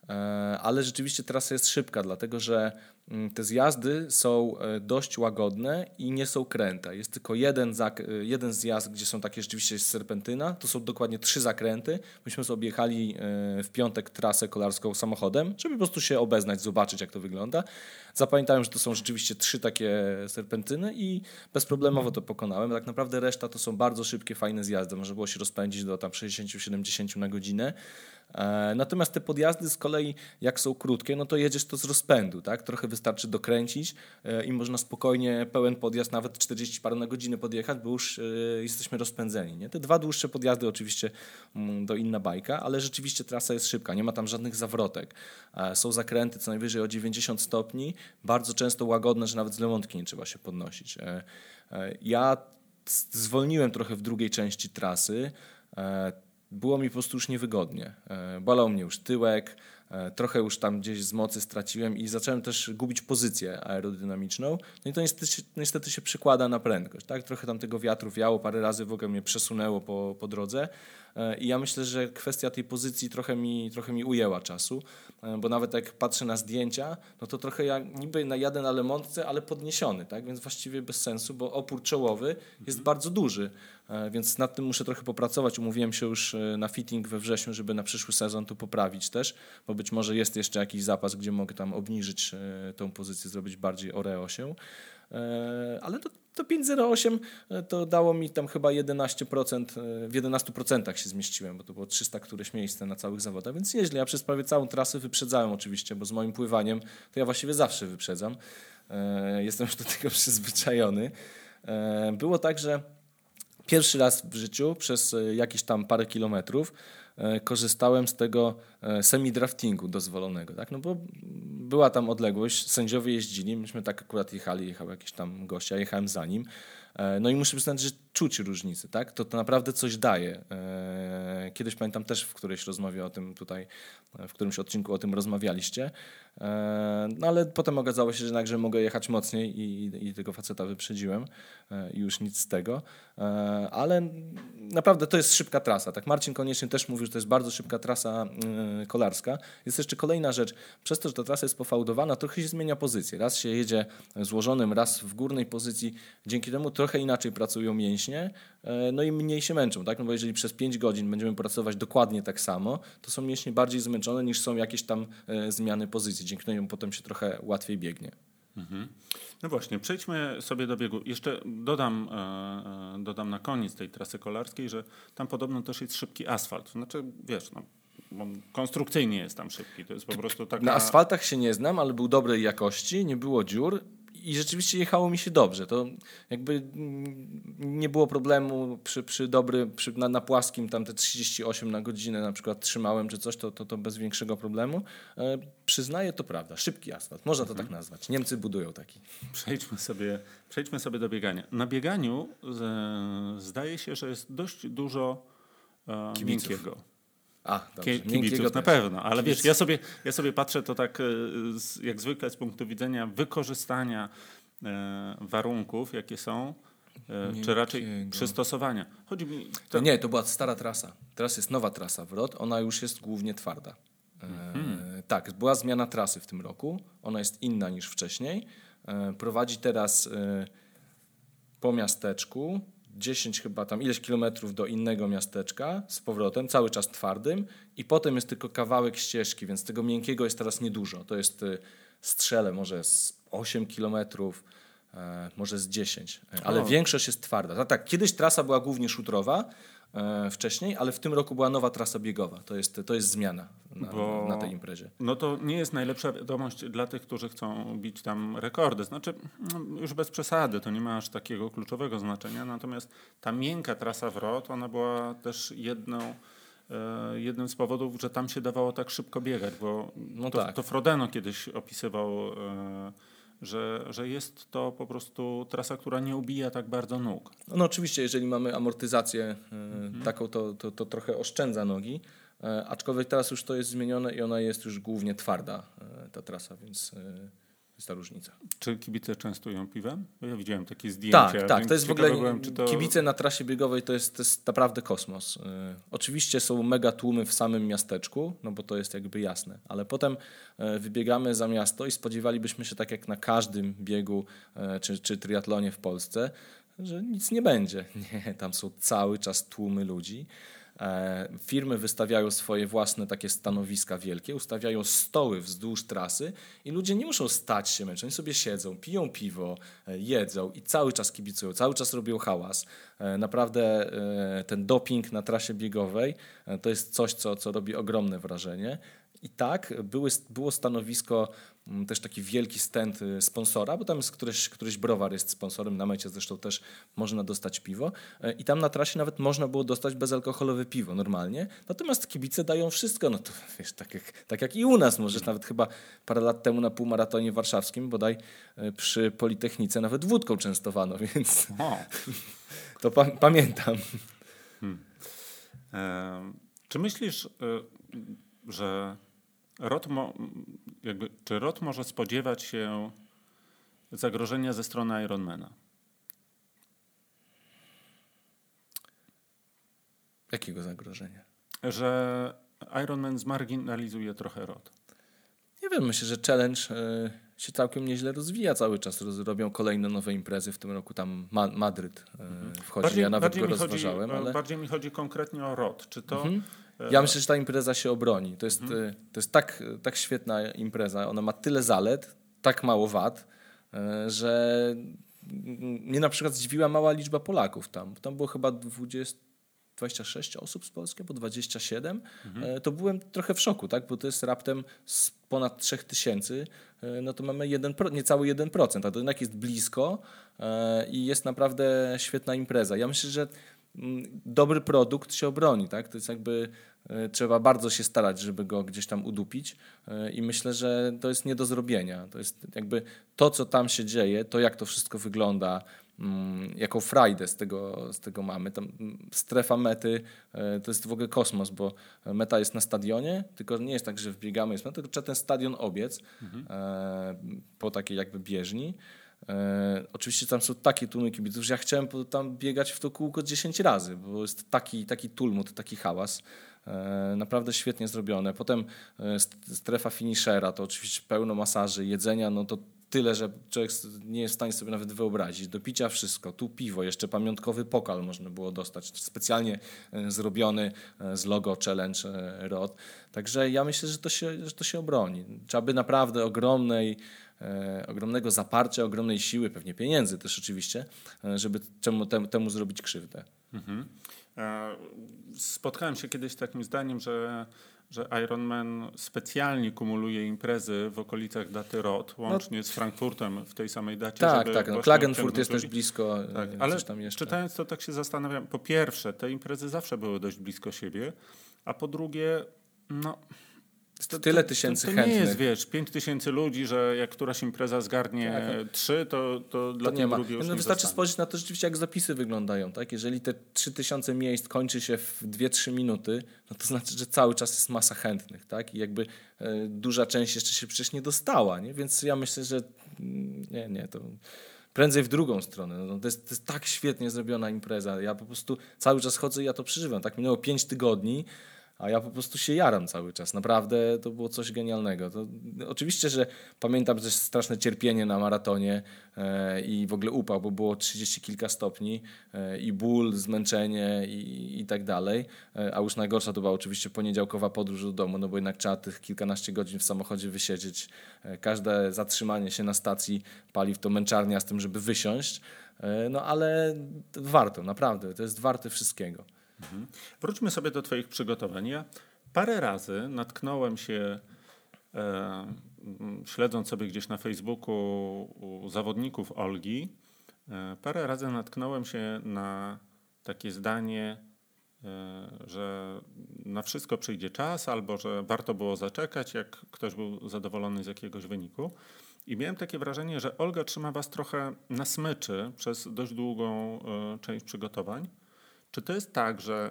Ale rzeczywiście trasa jest szybka, dlatego że te zjazdy są dość łagodne i nie są kręte. Jest tylko jeden zjazd, gdzie są takie rzeczywiście jest serpentyna. To są dokładnie 3 zakręty. Myśmy sobie objechali w piątek trasę kolarską samochodem, żeby po prostu się obeznać, zobaczyć jak to wygląda. Zapamiętałem, że to są rzeczywiście 3 takie serpentyny i bezproblemowo to pokonałem. Tak naprawdę reszta to są bardzo szybkie, fajne zjazdy. Można było się rozpędzić do tam 60-70 na godzinę. Natomiast te podjazdy z kolei, jak są krótkie, no to jedziesz to z rozpędu, tak? Trochę wystarczy dokręcić i można spokojnie pełen podjazd, nawet 40 parę na godzinę podjechać, bo już jesteśmy rozpędzeni, nie? Te 2 dłuższe podjazdy oczywiście to inna bajka, ale rzeczywiście trasa jest szybka, nie ma tam żadnych zawrotek. Są zakręty co najwyżej o 90 stopni, bardzo często łagodne, że nawet z Lemontki nie trzeba się podnosić. Ja zwolniłem trochę w drugiej części trasy. Było mi po prostu już niewygodnie. Bolał mnie już tyłek, trochę już tam gdzieś z mocy straciłem i zacząłem też gubić pozycję aerodynamiczną. No i to niestety się przekłada na prędkość. Tak? Trochę tam tego wiatru wiało, parę razy w ogóle mnie przesunęło po drodze. I ja myślę, że kwestia tej pozycji trochę mi ujęła czasu, bo nawet jak patrzę na zdjęcia, no to trochę ja niby jadę na Lemontce, ale podniesiony, tak? Więc właściwie bez sensu, bo opór czołowy jest bardzo duży, więc nad tym muszę trochę popracować. Umówiłem się już na fitting we wrześniu, żeby na przyszły sezon to poprawić też, bo być może jest jeszcze jakiś zapas, gdzie mogę tam obniżyć tą pozycję, zrobić bardziej oreo się. Ale to 5:08 to dało mi tam chyba 11%, w 11% się zmieściłem, bo to było 300 któreś miejsce na całych zawodach, więc nieźle. Ja przez prawie całą trasę wyprzedzałem oczywiście, bo z moim pływaniem to ja właściwie zawsze wyprzedzam. Jestem już do tego przyzwyczajony. Było tak, że pierwszy raz w życiu przez jakieś tam parę kilometrów korzystałem z tego semi-draftingu dozwolonego, tak? No bo była tam odległość, sędziowie jeździli, myśmy tak akurat jechał jakiś tam gość, ja jechałem za nim. No i muszę przyznać, że czuć różnicę, tak? To naprawdę coś daje. Kiedyś pamiętam też w którejś rozmowie o tym tutaj, w którymś odcinku o tym rozmawialiście. No ale potem okazało się, że jednakże mogę jechać mocniej i tego faceta wyprzedziłem i już nic z tego. Ale naprawdę to jest szybka trasa. Tak? Marcin Konieczny też mówił, że to jest bardzo szybka trasa kolarska. Jest jeszcze kolejna rzecz. Przez to, że ta trasa jest pofałdowana, trochę się zmienia pozycję. Raz się jedzie złożonym, raz w górnej pozycji. Dzięki temu trochę inaczej pracują mięśnie, no i mniej się męczą. Tak? No bo jeżeli przez 5 godzin będziemy pracować dokładnie tak samo, to są mięśnie bardziej zmęczone niż są jakieś tam zmiany pozycji. Dzięki temu potem się trochę łatwiej biegnie.
No właśnie, przejdźmy sobie do biegu. Jeszcze dodam na koniec tej trasy kolarskiej, że tam podobno też jest szybki asfalt. Znaczy, wiesz, konstrukcyjnie jest tam szybki. To jest po prostu taka...
Na asfaltach się nie znam, ale był dobrej jakości, nie było dziur i rzeczywiście jechało mi się dobrze. To jakby nie było problemu na płaskim tam te 38 na godzinę na przykład trzymałem czy coś, to bez większego problemu. Przyznaję, to prawda. Szybki asfalt. Można to tak nazwać. Niemcy budują taki.
Przejdźmy sobie do biegania. Na bieganiu zdaje się, że jest dość dużo miękkiego. Kibiców na pewno, ale wiesz, ja sobie patrzę to tak jak zwykle z punktu widzenia wykorzystania warunków, jakie są, czy raczej przystosowania. Chodzi mi...
Nie, to była stara trasa. Teraz jest nowa trasa WROT, ona już jest głównie twarda. Tak, była zmiana trasy w tym roku, ona jest inna niż wcześniej. Prowadzi teraz po miasteczku 10 chyba tam ileś kilometrów do innego miasteczka z powrotem, cały czas twardym i potem jest tylko kawałek ścieżki, więc tego miękkiego jest teraz niedużo. To jest strzelę może z 8 kilometrów, może z 10, ale większość jest twarda. Tak, kiedyś trasa była głównie szutrowa wcześniej, ale w tym roku była nowa trasa biegowa. To jest zmiana na tej imprezie.
No to nie jest najlepsza wiadomość dla tych, którzy chcą bić tam rekordy. Znaczy, już bez przesady, to nie ma aż takiego kluczowego znaczenia. Natomiast ta miękka trasa WROT, ona była też jedną jednym z powodów, że tam się dawało tak szybko biegać, bo to Frodeno kiedyś opisywał, że jest to po prostu trasa, która nie ubija tak bardzo nóg.
No oczywiście, jeżeli mamy amortyzację taką, to trochę oszczędza nogi, aczkolwiek teraz już to jest zmienione i ona jest już głównie twarda, ta trasa, więc jest ta różnica.
Czy kibice częstują piwem? Bo ja widziałem takie zdjęcia.
Tak, to jest w ogóle,
byłem,
kibice na trasie biegowej to jest naprawdę kosmos. Oczywiście są mega tłumy w samym miasteczku, no bo to jest jakby jasne, ale potem wybiegamy za miasto i spodziewalibyśmy się, tak jak na każdym biegu czy triatlonie w Polsce, że nic nie będzie. Nie, tam są cały czas tłumy ludzi. Firmy wystawiają swoje własne takie stanowiska wielkie, ustawiają stoły wzdłuż trasy i ludzie nie muszą stać się męczyć, oni sobie siedzą, piją piwo, jedzą i cały czas kibicują, cały czas robią hałas. Naprawdę ten doping na trasie biegowej to jest coś, co robi ogromne wrażenie. I tak, było stanowisko, też taki wielki stand sponsora, bo tam jest któryś browar jest sponsorem, na mecie zresztą też można dostać piwo i tam na trasie nawet można było dostać bezalkoholowe piwo normalnie, natomiast kibice dają wszystko, no to wiesz, tak jak i u nas, możesz nawet chyba parę lat temu na półmaratonie warszawskim, bodaj przy Politechnice nawet wódką częstowano, więc to pamiętam.
Czy myślisz, że czy ROT może spodziewać się zagrożenia ze strony Ironmana?
Jakiego zagrożenia?
Że Ironman zmarginalizuje trochę ROT.
Nie wiem, myślę, że challenge się całkiem nieźle rozwija cały czas. Robią kolejne nowe imprezy. W tym roku tam Madryt wchodzi. Ja nawet go rozważałem. Ale
bardziej mi chodzi konkretnie o ROT. Czy to...
Ja myślę, że ta impreza się obroni. To jest tak świetna impreza. Ona ma tyle zalet, tak mało wad, że mnie na przykład zdziwiła mała liczba Polaków tam. Tam było chyba 26 osób z Polski, bo 27. To byłem trochę w szoku, tak? Bo to jest raptem z ponad 3000, no to mamy niecały 1%, a to jednak jest blisko i jest naprawdę świetna impreza. Ja myślę, że dobry produkt się obroni, tak? To jest jakby trzeba bardzo się starać, żeby go gdzieś tam udupić i myślę, że to jest nie do zrobienia. To jest jakby to, co tam się dzieje, to jak to wszystko wygląda, jaką frajdę z tego mamy. Tam strefa mety to jest w ogóle kosmos, bo meta jest na stadionie, tylko nie jest tak, że wbiegamy, tylko trzeba ten stadion obiec po takiej jakby bieżni. Oczywiście tam są takie tłumy kibiców, że ja chciałem tam biegać w to kółko 10 razy, bo jest taki tulmut, taki hałas. Naprawdę świetnie zrobione. Potem strefa finishera, to oczywiście pełno masaży, jedzenia, no to tyle, że człowiek nie jest w stanie sobie nawet wyobrazić. Do picia wszystko, tu piwo, jeszcze pamiątkowy pokal można było dostać, specjalnie zrobiony z logo Challenge ROT. Także ja myślę, że to się obroni. Trzeba by naprawdę ogromnego zaparcia, ogromnej siły, pewnie pieniędzy też oczywiście, żeby temu zrobić krzywdę.
Spotkałem się kiedyś z takim zdaniem, że Ironman specjalnie kumuluje imprezy w okolicach daty ROT, łącznie z Frankfurtem w tej samej dacie.
Tak. Klagenfurt jest też blisko.
Tak, ale tam jeszcze. Czytając to, tak się zastanawiam. Po pierwsze, te imprezy zawsze były dość blisko siebie, a po drugie,
tyle tysięcy chętnych.
To nie jest, wiesz, 5000 ludzi, że jak któraś impreza zgarnie 3, to dla tej drugiej już nie
wystarczy spojrzeć na to rzeczywiście, jak zapisy wyglądają. Tak? Jeżeli te 3000 miejsc kończy się w 2-3 minuty, no to znaczy, że cały czas jest masa chętnych. Tak? I jakby duża część jeszcze się przecież nie dostała. Nie? Więc ja myślę, że to prędzej w drugą stronę. No, to jest tak świetnie zrobiona impreza. Ja po prostu cały czas chodzę i ja to przeżywam. Tak minęło 5 tygodni, a ja po prostu się jaram cały czas. Naprawdę to było coś genialnego. Oczywiście, że pamiętam też straszne cierpienie na maratonie i w ogóle upał, bo było 30 kilka stopni i ból, zmęczenie i tak dalej. A już najgorsza to była oczywiście poniedziałkowa podróż do domu, no bo jednak trzeba tych kilkanaście godzin w samochodzie wysiedzieć. Każde zatrzymanie się na stacji paliw to męczarnia z tym, żeby wysiąść. No ale warto, naprawdę. To jest warte wszystkiego.
Wróćmy sobie do twoich przygotowań. Ja parę razy natknąłem się, śledząc sobie gdzieś na Facebooku u zawodników Olgi, parę razy natknąłem się na takie zdanie, że na wszystko przyjdzie czas, albo że warto było zaczekać, jak ktoś był zadowolony z jakiegoś wyniku. I miałem takie wrażenie, że Olga trzyma was trochę na smyczy przez dość długą część przygotowań. Czy to jest tak, że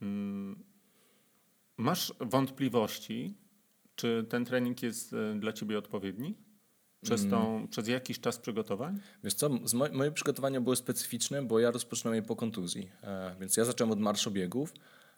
masz wątpliwości, czy ten trening jest dla ciebie odpowiedni? Przez jakiś czas przygotowań?
Wiesz co, moje przygotowania były specyficzne, bo ja rozpoczynałem je po kontuzji. Więc ja zacząłem od marszobiegów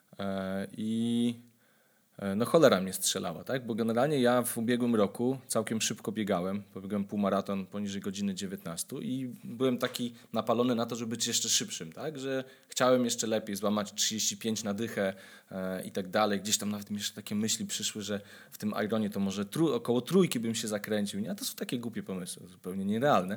i no cholera mnie strzelała, tak? Bo generalnie ja w ubiegłym roku całkiem szybko biegałem. Pobiegłem półmaraton poniżej godziny 19 i byłem taki napalony na to, żeby być jeszcze szybszym, tak? Że chciałem jeszcze lepiej złamać 35 na dychę i tak dalej. Gdzieś tam nawet mi jeszcze takie myśli przyszły, że w tym Ironie to może około trójki bym się zakręcił. Nie? A to są takie głupie pomysły, zupełnie nierealne.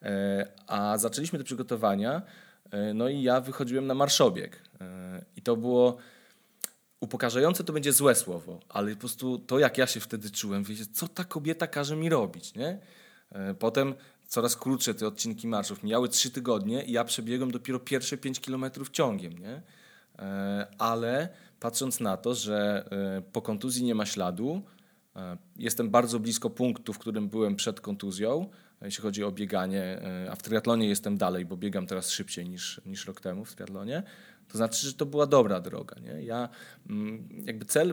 A zaczęliśmy te przygotowania, no i ja wychodziłem na marszobieg. I to było... Upokarzające to będzie złe słowo, ale po prostu to, jak ja się wtedy czułem, wiecie, co ta kobieta każe mi robić, nie? Potem coraz krótsze te odcinki marszów. Mijały 3 tygodnie i ja przebiegłem dopiero pierwsze 5 kilometrów ciągiem, nie? Ale patrząc na to, że po kontuzji nie ma śladu, jestem bardzo blisko punktu, w którym byłem przed kontuzją, jeśli chodzi o bieganie, a w triatlonie jestem dalej, bo biegam teraz szybciej niż rok temu w triatlonie. To znaczy, że to była dobra droga. Nie? Jakby cel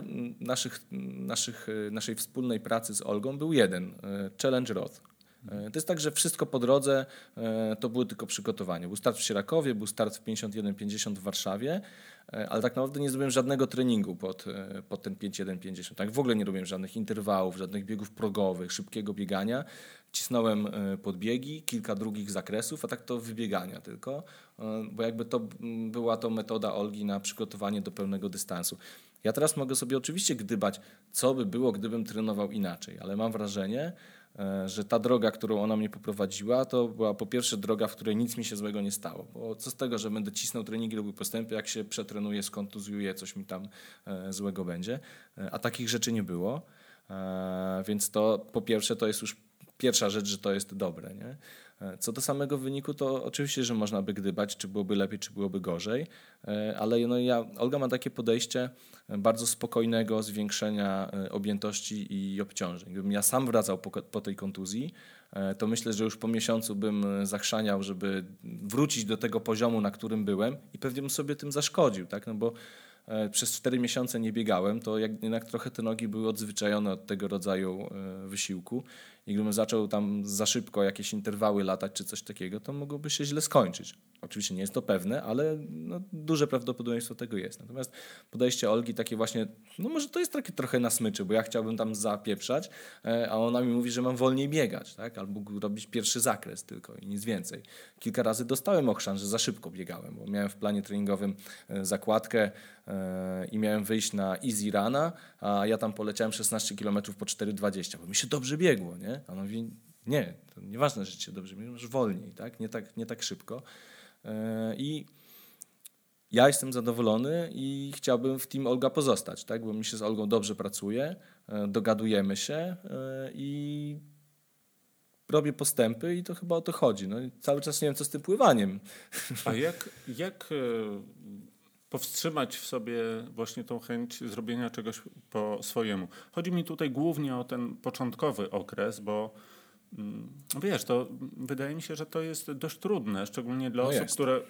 naszej wspólnej pracy z Olgą był jeden. Challenge Roth. To jest tak, że wszystko po drodze to były tylko przygotowania. Był start w Sierakowie, był start w 51-50 w Warszawie, ale tak naprawdę nie zrobiłem żadnego treningu pod ten 5-1-50. Tak w ogóle nie robiłem żadnych interwałów, żadnych biegów progowych, szybkiego biegania. Cisnąłem podbiegi, kilka drugich zakresów, a tak to wybiegania tylko, bo jakby to była to metoda Olgi na przygotowanie do pełnego dystansu. Ja teraz mogę sobie oczywiście gdybać, co by było, gdybym trenował inaczej, ale mam wrażenie, że ta droga, którą ona mnie poprowadziła, to była po pierwsze droga, w której nic mi się złego nie stało. Bo co z tego, że będę cisnął treningi, robił postępy, jak się przetrenuję, skontuzjuję, coś mi tam złego będzie. A takich rzeczy nie było. Więc to po pierwsze to jest już pierwsza rzecz, że to jest dobre. Nie? Co do samego wyniku, to oczywiście, że można by gdybać, czy byłoby lepiej, czy byłoby gorzej, ale Olga ma takie podejście bardzo spokojnego zwiększenia objętości i obciążeń. Gdybym ja sam wracał po tej kontuzji, to myślę, że już po miesiącu bym zachrzaniał, żeby wrócić do tego poziomu, na którym byłem i pewnie bym sobie tym zaszkodził, tak? No bo przez 4 miesiące nie biegałem, to jednak trochę te nogi były odzwyczajone od tego rodzaju wysiłku i gdybym zaczął tam za szybko jakieś interwały latać czy coś takiego, to mogłoby się źle skończyć. Oczywiście nie jest to pewne, ale no, duże prawdopodobieństwo tego jest. Natomiast podejście Olgi takie właśnie, no może to jest takie trochę na smyczy, bo ja chciałbym tam zapieprzać, a ona mi mówi, że mam wolniej biegać, tak? Albo robić pierwszy zakres tylko i nic więcej. Kilka razy dostałem ochrzan, że za szybko biegałem, bo miałem w planie treningowym zakładkę i miałem wyjść na easy runa, a ja tam poleciałem 16 km po 4,20, bo mi się dobrze biegło, nie? A ona mówi, nie, to nieważne, że ci się dobrze biegło, masz wolniej, tak? Nie tak szybko. I ja jestem zadowolony i chciałbym w team Olga pozostać, tak? Bo mi się z Olgą dobrze pracuje, dogadujemy się i robię postępy i to chyba o to chodzi. No i cały czas nie wiem, co z tym pływaniem.
A jak powstrzymać w sobie właśnie tą chęć zrobienia czegoś po swojemu? Chodzi mi tutaj głównie o ten początkowy okres, bo wiesz, to wydaje mi się, że to jest dość trudne, szczególnie dla osób, które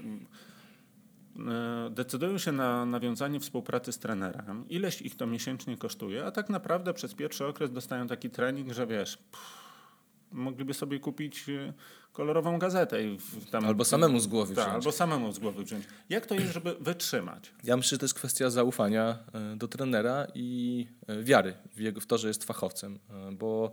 decydują się na nawiązanie współpracy z trenerem. Ileś ich to miesięcznie kosztuje, a tak naprawdę przez pierwszy okres dostają taki trening, że wiesz, mogliby sobie kupić kolorową gazetę.
Albo samemu z głowy wziąć.
Albo samemu z głowy wziąć. Jak to jest, żeby wytrzymać?
Ja myślę, że to jest kwestia zaufania do trenera i wiary w to, że jest fachowcem, bo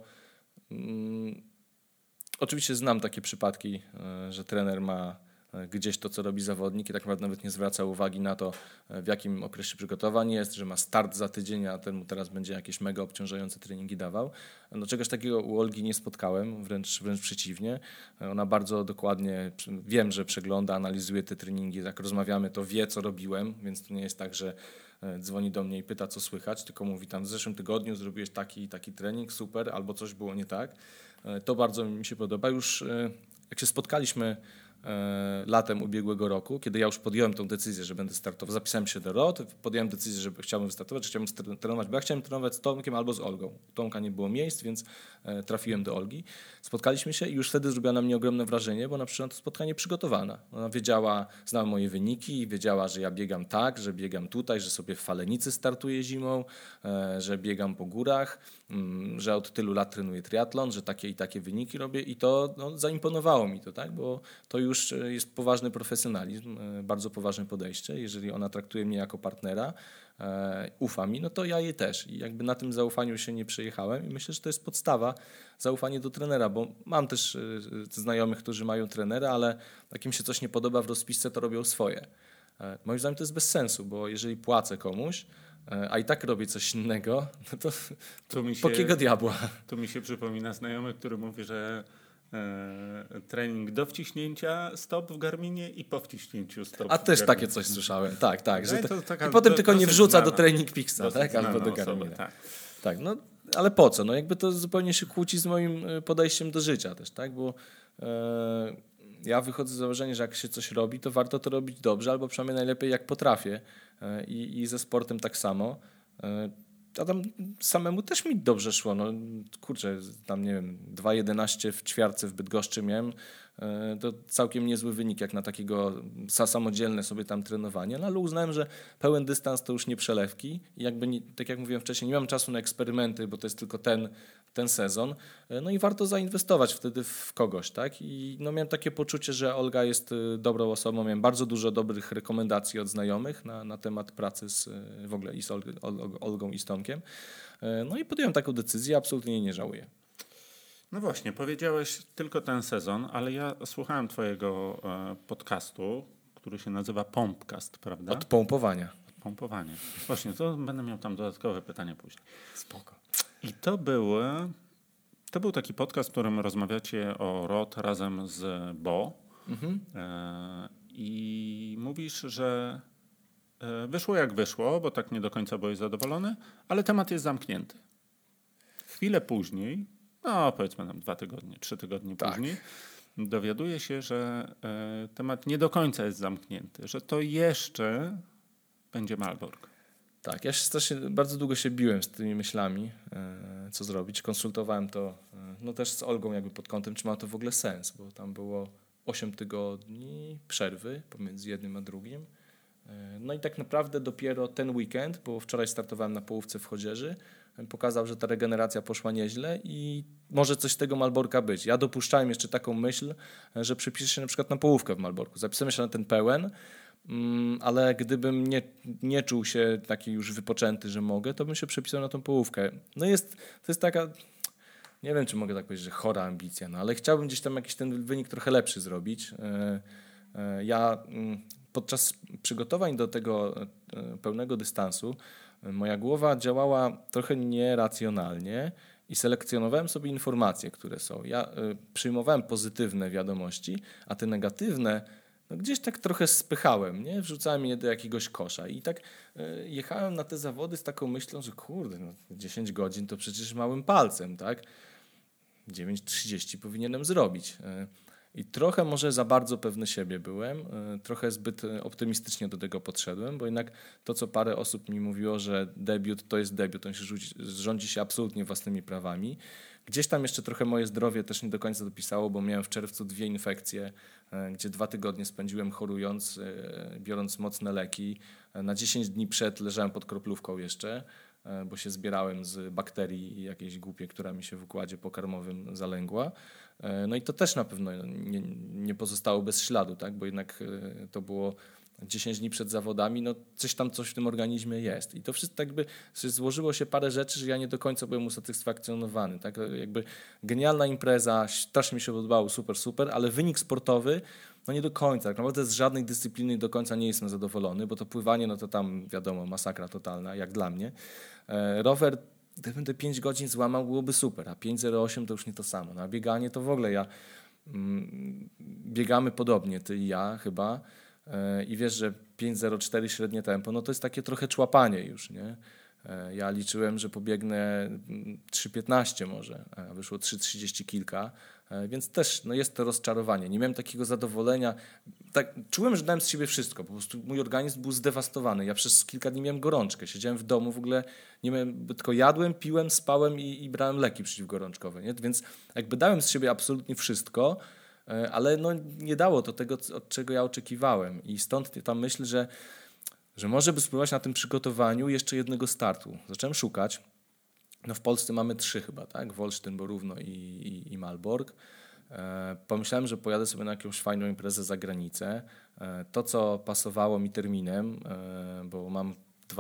oczywiście znam takie przypadki, że trener ma gdzieś to, co robi zawodnik i tak naprawdę nawet nie zwraca uwagi na to, w jakim okresie przygotowań jest, że ma start za tydzień, a ten mu teraz będzie jakieś mega obciążające treningi dawał. No czegoś takiego u Olgi nie spotkałem, wręcz przeciwnie. Ona bardzo dokładnie, wiem, że przegląda, analizuje te treningi, jak rozmawiamy, to wie, co robiłem, więc to nie jest tak, że dzwoni do mnie i pyta, co słychać, tylko mówi tam w zeszłym tygodniu zrobiłeś taki i taki trening, super, albo coś było nie tak. To bardzo mi się podoba. Już jak się spotkaliśmy latem ubiegłego roku, kiedy ja już podjąłem tą decyzję, że będę startował. Zapisałem się do ROT, podjąłem decyzję, że chciałbym wystartować, że chciałbym trenować, bo ja chciałem trenować z Tomkiem albo z Olgą. Tomka nie było miejsc, więc trafiłem do Olgi. Spotkaliśmy się i już wtedy zrobiła na mnie ogromne wrażenie, bo ona przyszła na to spotkanie przygotowana. Ona wiedziała, znała moje wyniki, wiedziała, że ja biegam tak, że biegam tutaj, że sobie w Falenicy startuję zimą, że biegam po górach, że od tylu lat trenuję triatlon, że takie i takie wyniki robię i to zaimponowało mi to, tak? Bo to już jest poważny profesjonalizm, bardzo poważne podejście. Jeżeli ona traktuje mnie jako partnera, ufa mi, no to ja jej też. I jakby na tym zaufaniu się nie przejechałem i myślę, że to jest podstawa, zaufanie do trenera, bo mam też znajomych, którzy mają trenera, ale jak im się coś nie podoba w rozpisce, to robią swoje. Moim zdaniem to jest bez sensu, bo jeżeli płacę komuś, a i tak robię coś innego, no to po kiego diabła?
Tu mi się przypomina znajomy, który mówi, że trening do wciśnięcia stop w Garminie i po wciśnięciu stop.
A też takie coś słyszałem. Tak. Że
taka
i potem tylko nie wrzuca
znana,
do Training Peaksa, tak? Albo do Garmina. Tak, no ale po co? No jakby to zupełnie się kłóci z moim podejściem do życia też, tak? Bo ja wychodzę z założenia, że jak się coś robi, to warto to robić dobrze, albo przynajmniej najlepiej jak potrafię. I ze sportem tak samo. A tam samemu też mi dobrze szło. No kurczę, tam nie wiem, 2,11 w ćwiartce w Bydgoszczy miałem. To całkiem niezły wynik jak na takiego samodzielne sobie tam trenowanie, no ale uznałem, że pełen dystans to już nie przelewki i jakby, tak jak mówiłem wcześniej, nie mam czasu na eksperymenty, bo to jest tylko ten sezon, no i warto zainwestować wtedy w kogoś, tak? I no miałem takie poczucie, że Olga jest dobrą osobą, miałem bardzo dużo dobrych rekomendacji od znajomych na temat pracy w ogóle i z Olgą i z Tomkiem, no i podjąłem taką decyzję, absolutnie jej nie żałuję.
No właśnie, powiedziałeś tylko ten sezon, ale ja słuchałem twojego podcastu, który się nazywa Pompcast, prawda?
Od pompowania.
Pompowanie. Właśnie, to będę miał tam dodatkowe pytania później.
Spoko.
I to był taki podcast, w którym rozmawiacie o ROT razem z Bo. I mówisz, że wyszło jak wyszło, bo tak nie do końca byłeś zadowolony, ale temat jest zamknięty. Chwilę później, no powiedzmy nam 2 tygodnie, 3 tygodnie później, dowiaduje się, że temat nie do końca jest zamknięty, że to jeszcze będzie Malbork.
Tak, ja bardzo długo się biłem z tymi myślami, co zrobić. Konsultowałem to no też z Olgą jakby pod kątem, czy ma to w ogóle sens, bo tam było 8 tygodni przerwy pomiędzy jednym a drugim. No i tak naprawdę dopiero ten weekend, bo wczoraj startowałem na połówce w Chodzieży, pokazał, że ta regeneracja poszła nieźle i może coś z tego Malborka być. Ja dopuszczałem jeszcze taką myśl, że przypiszę się na przykład na połówkę w Malborku. Zapisałem się na ten pełen, ale gdybym nie czuł się taki już wypoczęty, że mogę, to bym się przepisał na tą połówkę. No to jest taka, nie wiem, czy mogę tak powiedzieć, że chora ambicja, no ale chciałbym gdzieś tam jakiś ten wynik trochę lepszy zrobić. Ja podczas przygotowań do tego pełnego dystansu moja głowa działała trochę nieracjonalnie i selekcjonowałem sobie informacje, które są. Ja przyjmowałem pozytywne wiadomości, a te negatywne no gdzieś tak trochę spychałem, nie? Wrzucałem je do jakiegoś kosza i tak jechałem na te zawody z taką myślą, że kurde, no 10 godzin to przecież małym palcem, tak? 9:30 powinienem zrobić. I trochę może za bardzo pewny siebie byłem, trochę zbyt optymistycznie do tego podszedłem, bo jednak to, co parę osób mi mówiło, że debiut to jest debiut, on się rządzi się absolutnie własnymi prawami. Gdzieś tam jeszcze trochę moje zdrowie też nie do końca dopisało, bo miałem w czerwcu 2 infekcje, gdzie 2 tygodnie spędziłem chorując, biorąc mocne leki. Na 10 dni przed leżałem pod kroplówką jeszcze, bo się zbierałem z bakterii jakiejś głupiej, która mi się w układzie pokarmowym zalęgła. No i to też na pewno nie pozostało bez śladu, tak? Bo jednak to było 10 dni przed zawodami, no coś w tym organizmie jest. I to wszystko jakby złożyło się parę rzeczy, że ja nie do końca byłem usatysfakcjonowany. Tak? Jakby genialna impreza, strasznie mi się podobało, super, ale wynik sportowy no nie do końca. Tak naprawdę z żadnej dyscypliny do końca nie jestem zadowolony, bo to pływanie, no to tam wiadomo, masakra totalna, jak dla mnie. Rower, gdybym te 5 godzin złamał, byłoby super, a 5:08 to już nie to samo. No, a bieganie to w ogóle biegamy podobnie, ty i ja chyba. I wiesz, że 5:04 średnie tempo, no to jest takie trochę człapanie już, nie? Ja liczyłem, że pobiegnę 3:15 może, a wyszło 3:30 kilka, więc też jest to rozczarowanie. Nie miałem takiego zadowolenia. Tak, czułem, że dałem z siebie wszystko. Po prostu mój organizm był zdewastowany. Ja przez kilka dni miałem gorączkę. Siedziałem w domu, w ogóle nie miałem, tylko jadłem, piłem, spałem i brałem leki przeciwgorączkowe. Nie? Więc jakby dałem z siebie absolutnie wszystko, ale nie dało to tego, od czego ja oczekiwałem. I stąd ta myśl, że może by spróbować na tym przygotowaniu jeszcze jednego startu. Zacząłem szukać. W Polsce mamy 3 chyba, tak? Wolsztyn, Borówno i Malbork. Pomyślałem, że pojadę sobie na jakąś fajną imprezę za granicę. To, co pasowało mi terminem, bo mam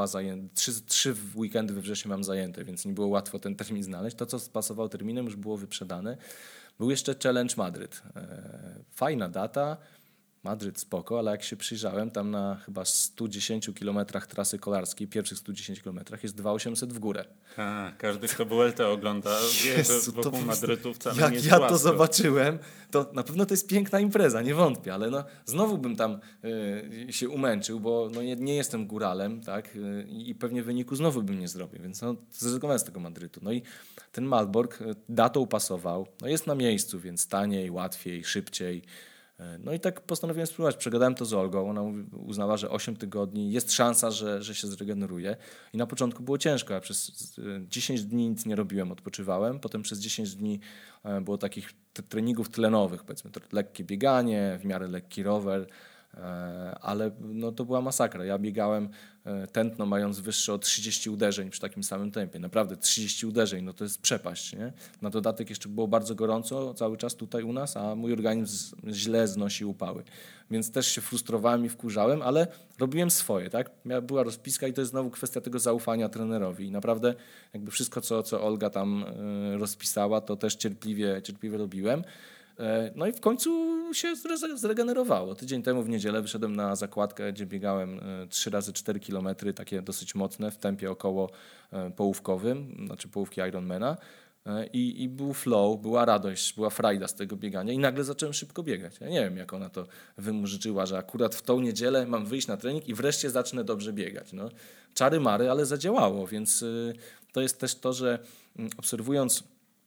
3 weekendy we wrześniu mam zajęte, więc nie było łatwo ten termin znaleźć. To, co pasowało terminem, już było wyprzedane. Był jeszcze Challenge Madryt. Fajna data. Madryt spoko, ale jak się przyjrzałem, tam na chyba 110 kilometrach trasy kolarskiej, pierwszych 110 kilometrach jest 2800 w górę.
Każdy, kto Vueltę ogląda, wie, że wokół Madrytu wcale nie jest
Jak ja
łatwo.
to zobaczyłem, to na pewno to jest piękna impreza, nie wątpię, ale znowu bym tam się umęczył, bo nie jestem góralem, tak? I pewnie wyniku znowu bym nie zrobił, więc zrezygnowałem z tego Madrytu. I ten Malbork datą pasował, jest na miejscu, więc taniej, łatwiej, szybciej. I tak postanowiłem spróbować. Przegadałem to z Olgą. Ona uznała, że 8 tygodni jest szansa, że się zregeneruje. I na początku było ciężko. Ja przez 10 dni nic nie robiłem, odpoczywałem. Potem przez 10 dni było takich treningów tlenowych, powiedzmy, lekkie bieganie, w miarę lekki rower. Ale to była masakra. Ja biegałem tętno mając wyższe o 30 uderzeń przy takim samym tempie. Naprawdę 30 uderzeń, to jest przepaść. Nie? Na dodatek jeszcze było bardzo gorąco cały czas tutaj u nas, a mój organizm źle znosi upały. Więc też się frustrowałem i wkurzałem, ale robiłem swoje. Tak? Była rozpiska i to jest znowu kwestia tego zaufania trenerowi. I naprawdę jakby wszystko, co Olga tam rozpisała, to też cierpliwie robiłem. I w końcu się zregenerowało. Tydzień temu w niedzielę wyszedłem na zakładkę, gdzie biegałem 3 razy 4 km, takie dosyć mocne, w tempie około połówkowym, znaczy połówki Ironmana. I był flow, była radość, była frajda z tego biegania i nagle zacząłem szybko biegać. Ja nie wiem, jak ona to wymurzyczyła, że akurat w tą niedzielę mam wyjść na trening i wreszcie zacznę dobrze biegać. Czary mary, ale zadziałało, więc to jest też to, że obserwując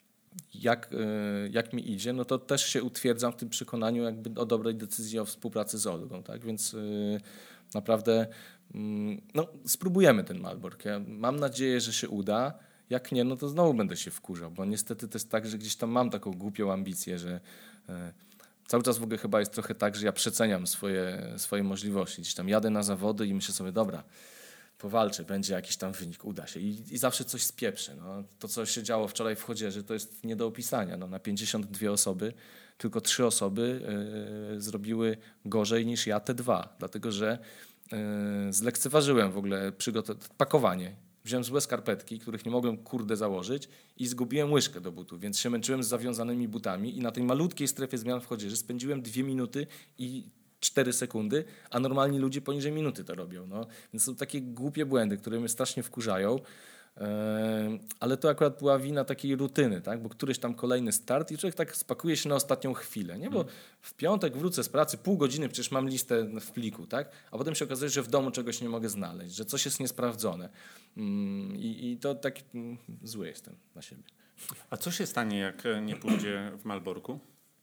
jak mi idzie, to też się utwierdzam w tym przekonaniu jakby o dobrej decyzji o współpracy z Olgą, tak? Więc naprawdę spróbujemy ten Malbork. Ja mam nadzieję, że się uda. Jak nie, to znowu będę się wkurzał, bo niestety to jest tak, że gdzieś tam mam taką głupią ambicję, że cały czas w ogóle chyba jest trochę tak, że ja przeceniam swoje możliwości. Gdzieś tam jadę na zawody i myślę sobie, dobra, powalczę, będzie jakiś tam wynik, uda się. I zawsze coś spieprzę. To, co się działo wczoraj w Chodzieży, to jest nie do opisania. Na 52 osoby tylko 3 osoby zrobiły gorzej niż ja te 2, dlatego że zlekceważyłem w ogóle pakowanie. Wziąłem złe skarpetki, których nie mogłem założyć i zgubiłem łyżkę do butów, więc się męczyłem z zawiązanymi butami i na tej malutkiej strefie zmian w Chodzieży spędziłem 2 minuty i 4 sekundy, a normalni ludzie poniżej minuty to robią. Więc są takie głupie błędy, które mnie strasznie wkurzają, ale to akurat była wina takiej rutyny, tak? Bo któryś tam kolejny start i człowiek tak spakuje się na ostatnią chwilę, nie? Bo w piątek wrócę z pracy, pół godziny, przecież mam listę w pliku, tak? A potem się okazuje, że w domu czegoś nie mogę znaleźć, że coś jest niesprawdzone i to tak zły jestem na siebie.
A co się stanie, jak nie pójdzie w Malborku?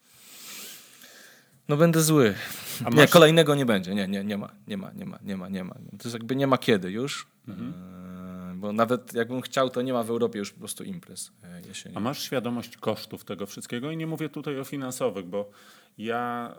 Będę zły. Nie, kolejnego nie będzie. Nie ma. To jest jakby nie ma kiedy już. Bo nawet jakbym chciał, to nie ma w Europie już po prostu imprez jesieni.
A masz świadomość kosztów tego wszystkiego? I nie mówię tutaj o finansowych, bo ja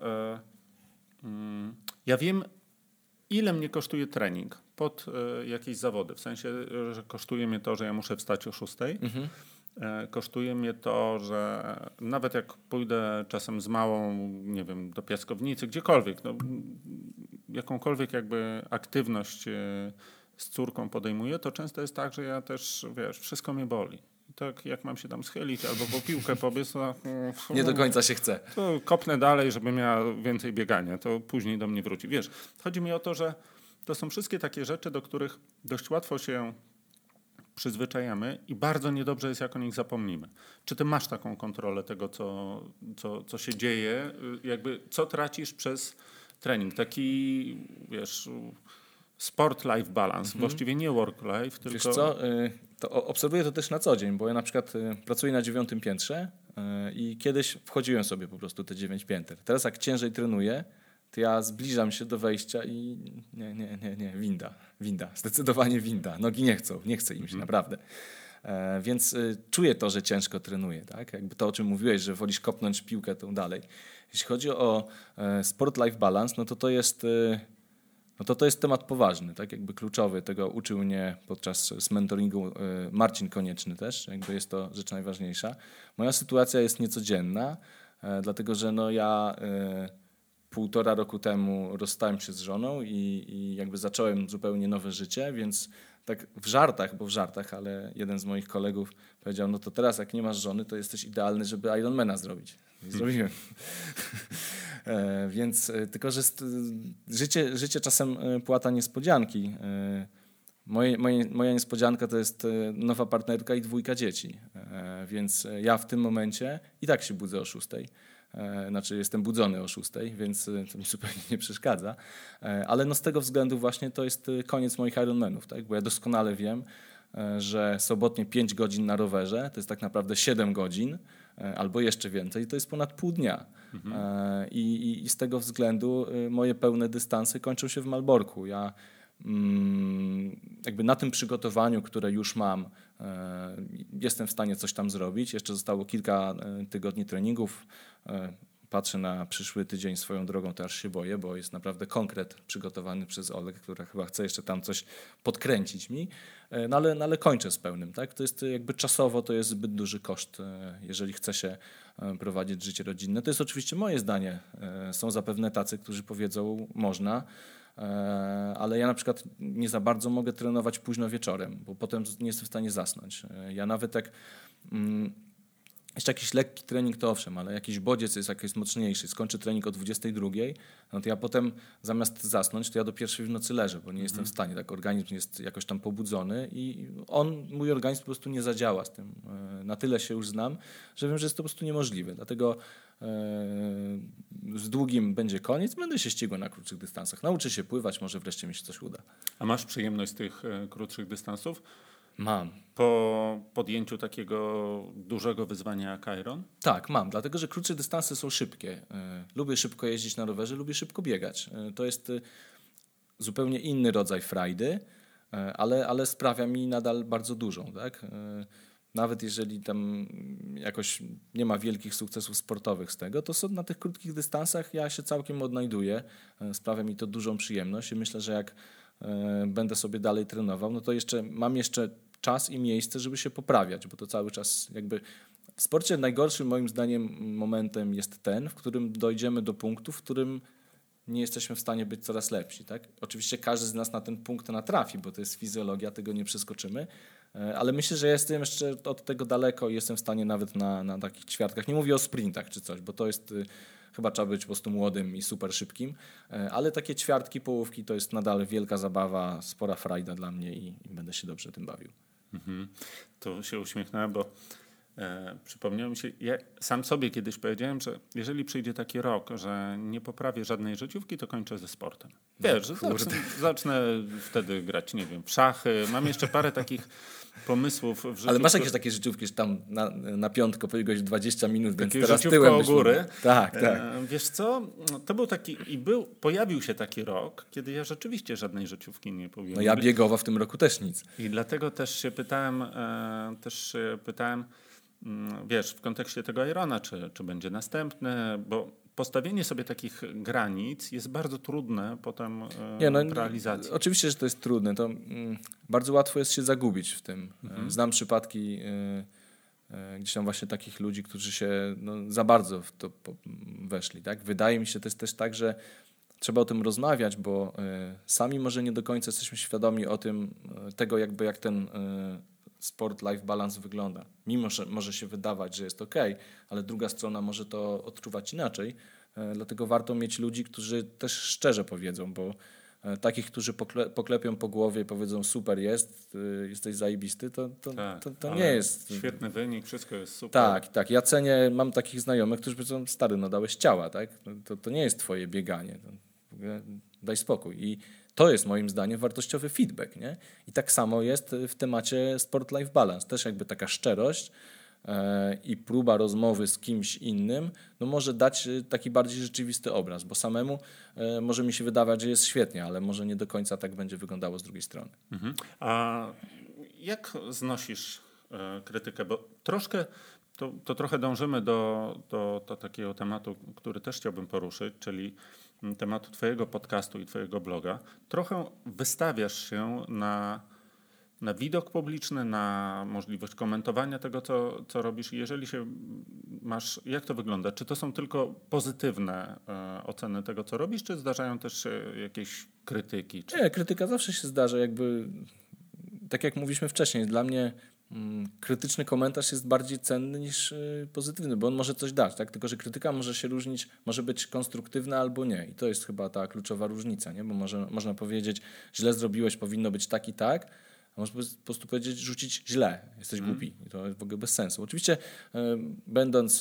wiem, ile mnie kosztuje trening pod jakieś zawody. W sensie, że kosztuje mnie to, że ja muszę wstać o 6:00. Kosztuje mnie to, że nawet jak pójdę czasem z małą, nie wiem, do piaskownicy, gdziekolwiek, jakąkolwiek jakby aktywność z córką podejmuję, to często jest tak, że ja też, wszystko mnie boli. I tak jak mam się tam schylić albo po piłkę pobiec, to
nie do końca się chce.
To kopnę dalej, żeby miała więcej biegania, to później do mnie wróci. Chodzi mi o to, że to są wszystkie takie rzeczy, do których dość łatwo się przyzwyczajamy i bardzo niedobrze jest, jak o nich zapomnimy. Czy ty masz taką kontrolę tego, co się dzieje? Jakby co tracisz przez trening? Taki, Sport-life balance, właściwie nie work-life, tylko...
Wiesz co, to obserwuję to też na co dzień, bo ja na przykład pracuję na 9. piętrze i kiedyś wchodziłem sobie po prostu te 9 pięter. Teraz jak ciężej trenuję, to ja zbliżam się do wejścia i nie, winda, zdecydowanie winda. Nogi nie chce im się, naprawdę. Więc czuję to, że ciężko trenuję, tak? Jakby to, o czym mówiłeś, że wolisz kopnąć piłkę tą dalej. Jeśli chodzi o sport-life balance, no to jest temat poważny, tak? Jakby kluczowy. Tego uczył mnie podczas mentoringu Marcin Konieczny też. Jakby jest to rzecz najważniejsza. Moja sytuacja jest niecodzienna, dlatego że ja 1,5 roku temu rozstałem się z żoną i jakby zacząłem zupełnie nowe życie, więc tak w żartach, ale jeden z moich kolegów powiedział, no to teraz jak nie masz żony, to jesteś idealny, żeby Ironmana zrobić. I zrobiłem. Więc tylko, że życie czasem płata niespodzianki. Moja niespodzianka to jest nowa partnerka i 2 dzieci. Więc ja w tym momencie i tak się budzę o 6. Znaczy jestem budzony o 6, więc to mi zupełnie nie przeszkadza. Ale z tego względu właśnie to jest koniec moich Ironmanów, tak? Bo ja doskonale wiem, że sobotnie 5 godzin na rowerze to jest tak naprawdę 7 godzin albo jeszcze więcej, to jest ponad pół dnia. I z tego względu moje pełne dystanse kończą się w Malborku. Ja jakby na tym przygotowaniu, które już mam, jestem w stanie coś tam zrobić. Jeszcze zostało kilka tygodni treningów. Patrzę na przyszły tydzień swoją drogą, to aż się boję, bo jest naprawdę konkret przygotowany przez Oleg, która chyba chce jeszcze tam coś podkręcić mi, ale kończę z pełnym. Tak? To jest jakby czasowo, to jest zbyt duży koszt, jeżeli chce się prowadzić życie rodzinne. To jest oczywiście moje zdanie. Są zapewne tacy, którzy powiedzą, można, ale ja na przykład nie za bardzo mogę trenować późno wieczorem, bo potem nie jestem w stanie zasnąć. Ja nawet jak jeszcze jakiś lekki trening to owszem, ale jakiś bodziec jest jakiś mocniejszy, skończy trening o 22, no to ja potem zamiast zasnąć, to ja do 1 w nocy leżę, bo nie jestem w stanie, tak organizm jest jakoś tam pobudzony i mój organizm po prostu nie zadziała z tym. Na tyle się już znam, że wiem, że jest to po prostu niemożliwe, dlatego z długim będzie koniec, będę się ścigał na krótszych dystansach. Nauczę się pływać, może wreszcie mi się coś uda.
A masz przyjemność z tych krótszych dystansów?
Mam.
Po podjęciu takiego dużego wyzwania jak Iron?
Tak, mam, dlatego że krótsze dystanse są szybkie. Lubię szybko jeździć na rowerze, lubię szybko biegać. To jest zupełnie inny rodzaj frajdy, ale sprawia mi nadal bardzo dużą. Tak? Nawet jeżeli tam jakoś nie ma wielkich sukcesów sportowych z tego, to na tych krótkich dystansach ja się całkiem odnajduję. Sprawia mi to dużą przyjemność i myślę, że jak będę sobie dalej trenował, no to mam jeszcze czas i miejsce, żeby się poprawiać, bo to cały czas jakby w sporcie najgorszym moim zdaniem momentem jest ten, w którym dojdziemy do punktu, w którym nie jesteśmy w stanie być coraz lepsi. Tak? Oczywiście każdy z nas na ten punkt natrafi, bo to jest fizjologia, tego nie przeskoczymy, ale myślę, że jestem jeszcze od tego daleko i jestem w stanie nawet na takich ćwiartkach, nie mówię o sprintach czy coś, bo to jest chyba trzeba być po prostu młodym i super szybkim, ale takie ćwiartki, połówki to jest nadal wielka zabawa, spora frajda dla mnie i będę się dobrze tym bawił.
To się uśmiechnąłem, bo przypomniało mi się, ja sam sobie kiedyś powiedziałem, że jeżeli przyjdzie taki rok, że nie poprawię żadnej życiówki, to kończę ze sportem. Wiesz, że zacznę wtedy grać, nie wiem, w szachy. Mam jeszcze parę takich pomysłów w życiu.
Ale masz jakieś takie życiówki, że tam na piątkę pobiegłeś 20 minut, więc
takie
teraz tyłem
o góry.
Tak.
Wiesz co, to był taki pojawił się taki rok, kiedy ja rzeczywiście żadnej życiówki nie pobiegłem.
No ja biegowo w tym roku też nic.
I dlatego też się pytałem, wiesz, w kontekście tego Irona, czy będzie następny, bo postawienie sobie takich granic jest bardzo trudne potem w realizacji.
Oczywiście, że to jest trudne. To bardzo łatwo jest się zagubić w tym. Znam przypadki gdzieś tam właśnie takich ludzi, którzy się za bardzo w to weszli. Tak? Wydaje mi się, to jest też tak, że trzeba o tym rozmawiać, bo sami może nie do końca jesteśmy świadomi o tym, tego jak ten sport-life balance wygląda. Mimo, że może się wydawać, że jest okej, ale druga strona może to odczuwać inaczej. Dlatego warto mieć ludzi, którzy też szczerze powiedzą, bo takich, którzy poklepią po głowie i powiedzą super jesteś zajebisty, to nie jest...
Świetny wynik, wszystko jest super.
Tak. Ja cenię, mam takich znajomych, którzy powiedzą stary, dałeś ciała, tak? To nie jest twoje bieganie. Daj spokój. I To jest moim zdaniem wartościowy feedback, nie? I tak samo jest w temacie sport-life balance. Też jakby taka szczerość i próba rozmowy z kimś innym, no może dać taki bardziej rzeczywisty obraz, bo samemu może mi się wydawać, że jest świetnie, ale może nie do końca tak będzie wyglądało z drugiej strony.
A jak znosisz krytykę? Bo troszkę to trochę dążymy do takiego tematu, który też chciałbym poruszyć, czyli tematu twojego podcastu i twojego bloga. Trochę wystawiasz się na widok publiczny, na możliwość komentowania tego, co robisz. I jeżeli się masz, jak to wygląda? Czy to są tylko pozytywne oceny tego, co robisz, czy zdarzają też się jakieś krytyki?
Nie, krytyka zawsze się zdarza. Jakby, tak jak mówiliśmy wcześniej, dla mnie krytyczny komentarz jest bardziej cenny niż pozytywny, bo on może coś dać, tak? Tylko że krytyka może się różnić, może być konstruktywna albo nie. I to jest chyba ta kluczowa różnica, nie? Bo można powiedzieć, źle zrobiłeś, powinno być tak i tak, a można po prostu powiedzieć, rzucić źle, jesteś głupi. I to jest w ogóle bez sensu. Oczywiście będąc,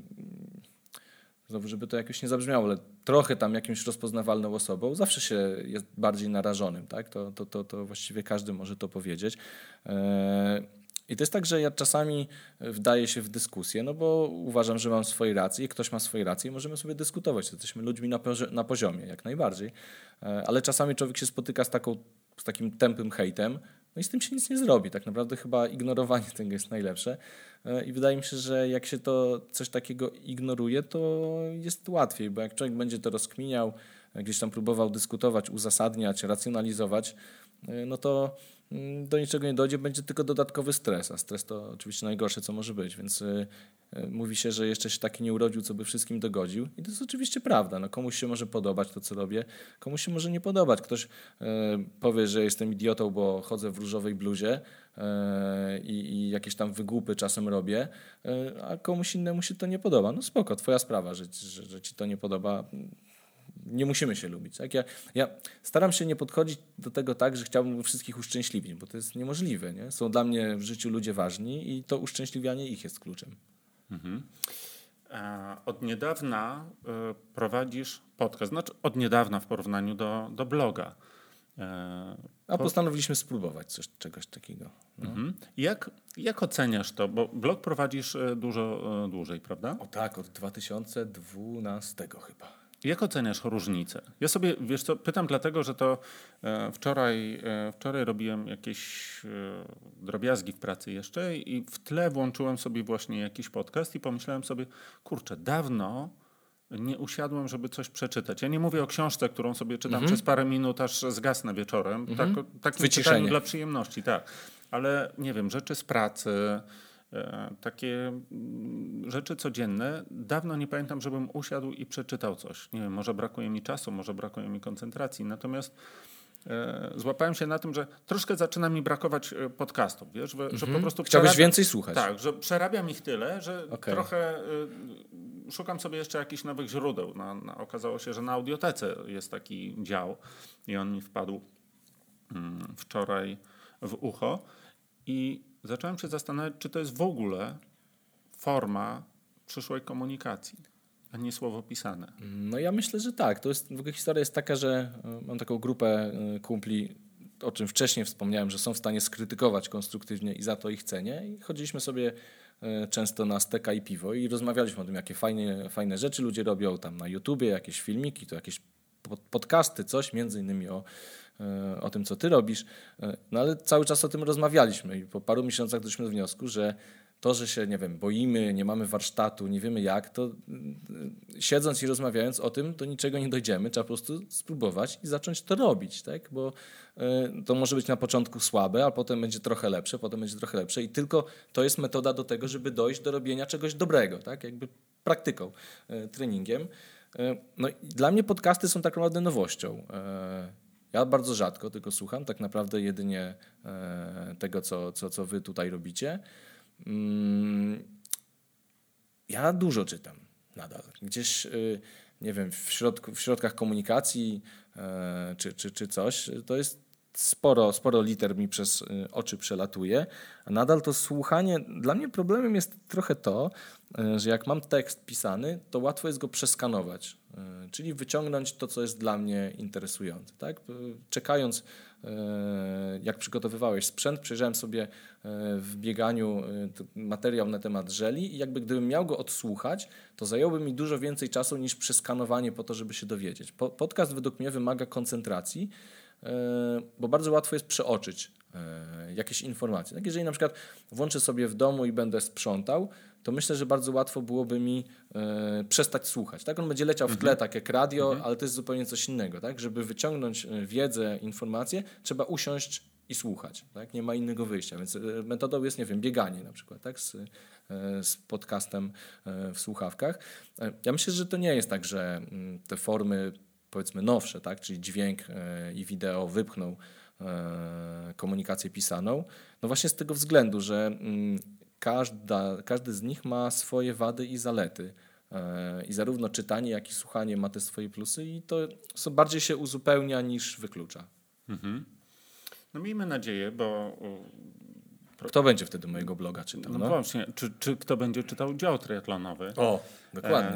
znowu, żeby to jakoś nie zabrzmiało, ale trochę tam jakimś rozpoznawalną osobą, zawsze się jest bardziej narażonym, tak? To właściwie każdy może to powiedzieć. I to jest tak, że ja czasami wdaję się w dyskusję, no bo uważam, że mam swoje racje, ktoś ma swoje racje i możemy sobie dyskutować. Jesteśmy ludźmi na poziomie, jak najbardziej. Ale czasami człowiek się spotyka z takim tępym hejtem, no i z tym się nic nie zrobi. Tak naprawdę chyba ignorowanie tego jest najlepsze. I wydaje mi się, że jak się to coś takiego ignoruje, to jest łatwiej, bo jak człowiek będzie to rozkminiał, gdzieś tam próbował dyskutować, uzasadniać, racjonalizować, no to do niczego nie dojdzie, będzie tylko dodatkowy stres, a stres to oczywiście najgorsze, co może być, więc mówi się, że jeszcze się taki nie urodził, co by wszystkim dogodził i to jest oczywiście prawda. No, komuś się może podobać to, co robię, komuś się może nie podobać. Ktoś powie, że jestem idiotą, bo chodzę w różowej bluzie i jakieś tam wygłupy czasem robię, a komuś innemu się to nie podoba. No spoko, twoja sprawa, że ci to nie podoba. Nie musimy się lubić. Tak? Ja staram się nie podchodzić do tego tak, że chciałbym wszystkich uszczęśliwić, bo to jest niemożliwe. Nie? Są dla mnie w życiu ludzie ważni i to uszczęśliwianie ich jest kluczem.
Od niedawna prowadzisz podcast, znaczy od niedawna w porównaniu do bloga.
A postanowiliśmy spróbować czegoś takiego. No.
Jak oceniasz to? Bo blog prowadzisz dużo dłużej, prawda?
O tak, od 2012 chyba.
Jak oceniasz różnicę? Ja sobie, wiesz co, pytam dlatego, że to wczoraj robiłem jakieś drobiazgi w pracy jeszcze i w tle włączyłem sobie właśnie jakiś podcast i pomyślałem sobie, kurczę, dawno nie usiadłem, żeby coś przeczytać. Ja nie mówię o książce, którą sobie czytam przez parę minut, aż zgasnę wieczorem. Takim czytaniu dla przyjemności, tak. Ale nie wiem, rzeczy z pracy, takie rzeczy codzienne. Dawno nie pamiętam, żebym usiadł i przeczytał coś. Nie wiem, może brakuje mi czasu, może brakuje mi koncentracji. Natomiast złapałem się na tym, że troszkę zaczyna mi brakować podcastów, wiesz, że po prostu
chciałbyś więcej słuchać.
Tak, że przerabiam ich tyle, że trochę szukam sobie jeszcze jakichś nowych źródeł. Okazało się, że na Audiotece jest taki dział i on mi wpadł wczoraj w ucho i zacząłem się zastanawiać, czy to jest w ogóle forma przyszłej komunikacji, a nie słowo pisane.
No ja myślę, że tak. To jest, w ogóle historia jest taka, że mam taką grupę kumpli, o czym wcześniej wspomniałem, że są w stanie skrytykować konstruktywnie i za to ich cenię. I chodziliśmy sobie często na steka i piwo i rozmawialiśmy o tym, jakie fajne rzeczy ludzie robią tam na YouTubie, jakieś filmiki, to jakieś podcasty, coś między innymi o tym, co ty robisz. No ale cały czas o tym rozmawialiśmy i po paru miesiącach doszliśmy do wniosku, że to, że się, nie wiem, boimy, nie mamy warsztatu, nie wiemy jak, to siedząc i rozmawiając o tym, do niczego nie dojdziemy. Trzeba po prostu spróbować i zacząć to robić, tak? Bo to może być na początku słabe, a potem będzie trochę lepsze i tylko to jest metoda do tego, żeby dojść do robienia czegoś dobrego, tak? Jakby praktyką, treningiem. No i dla mnie podcasty są tak naprawdę nowością. Ja bardzo rzadko tylko słucham, tak naprawdę jedynie tego, co wy tutaj robicie. Ja dużo czytam nadal. Gdzieś, nie wiem, w środkach komunikacji czy coś, to jest sporo liter mi przez oczy przelatuje, a nadal to słuchanie, dla mnie problemem jest trochę to, że jak mam tekst pisany, to łatwo jest go przeskanować, czyli wyciągnąć to, co jest dla mnie interesujące. Tak? Czekając, jak przygotowywałeś sprzęt, przejrzałem sobie w bieganiu materiał na temat żeli i jakby gdybym miał go odsłuchać, to zajęłoby mi dużo więcej czasu niż przeskanowanie po to, żeby się dowiedzieć. Podcast według mnie wymaga koncentracji, bo bardzo łatwo jest przeoczyć jakieś informacje. Tak, jeżeli na przykład włączę sobie w domu i będę sprzątał, to myślę, że bardzo łatwo byłoby mi przestać słuchać. Tak? On będzie leciał w tle, tak jak radio, ale to jest zupełnie coś innego. Tak? Żeby wyciągnąć wiedzę, informacje, trzeba usiąść i słuchać. Tak? Nie ma innego wyjścia. Więc metodą jest, nie wiem, bieganie na przykład, tak? Z podcastem w słuchawkach. Ja myślę, że to nie jest tak, że te formy powiedzmy nowsze, tak? Czyli dźwięk i wideo wypchną komunikację pisaną. No właśnie z tego względu, że każdy z nich ma swoje wady i zalety. I zarówno czytanie, jak i słuchanie ma te swoje plusy i to bardziej się uzupełnia niż wyklucza.
Mhm. No miejmy nadzieję, bo...
Kto będzie wtedy mojego bloga czytał?
No właśnie, czy kto będzie czytał dział triatlonowy?
O, dokładnie.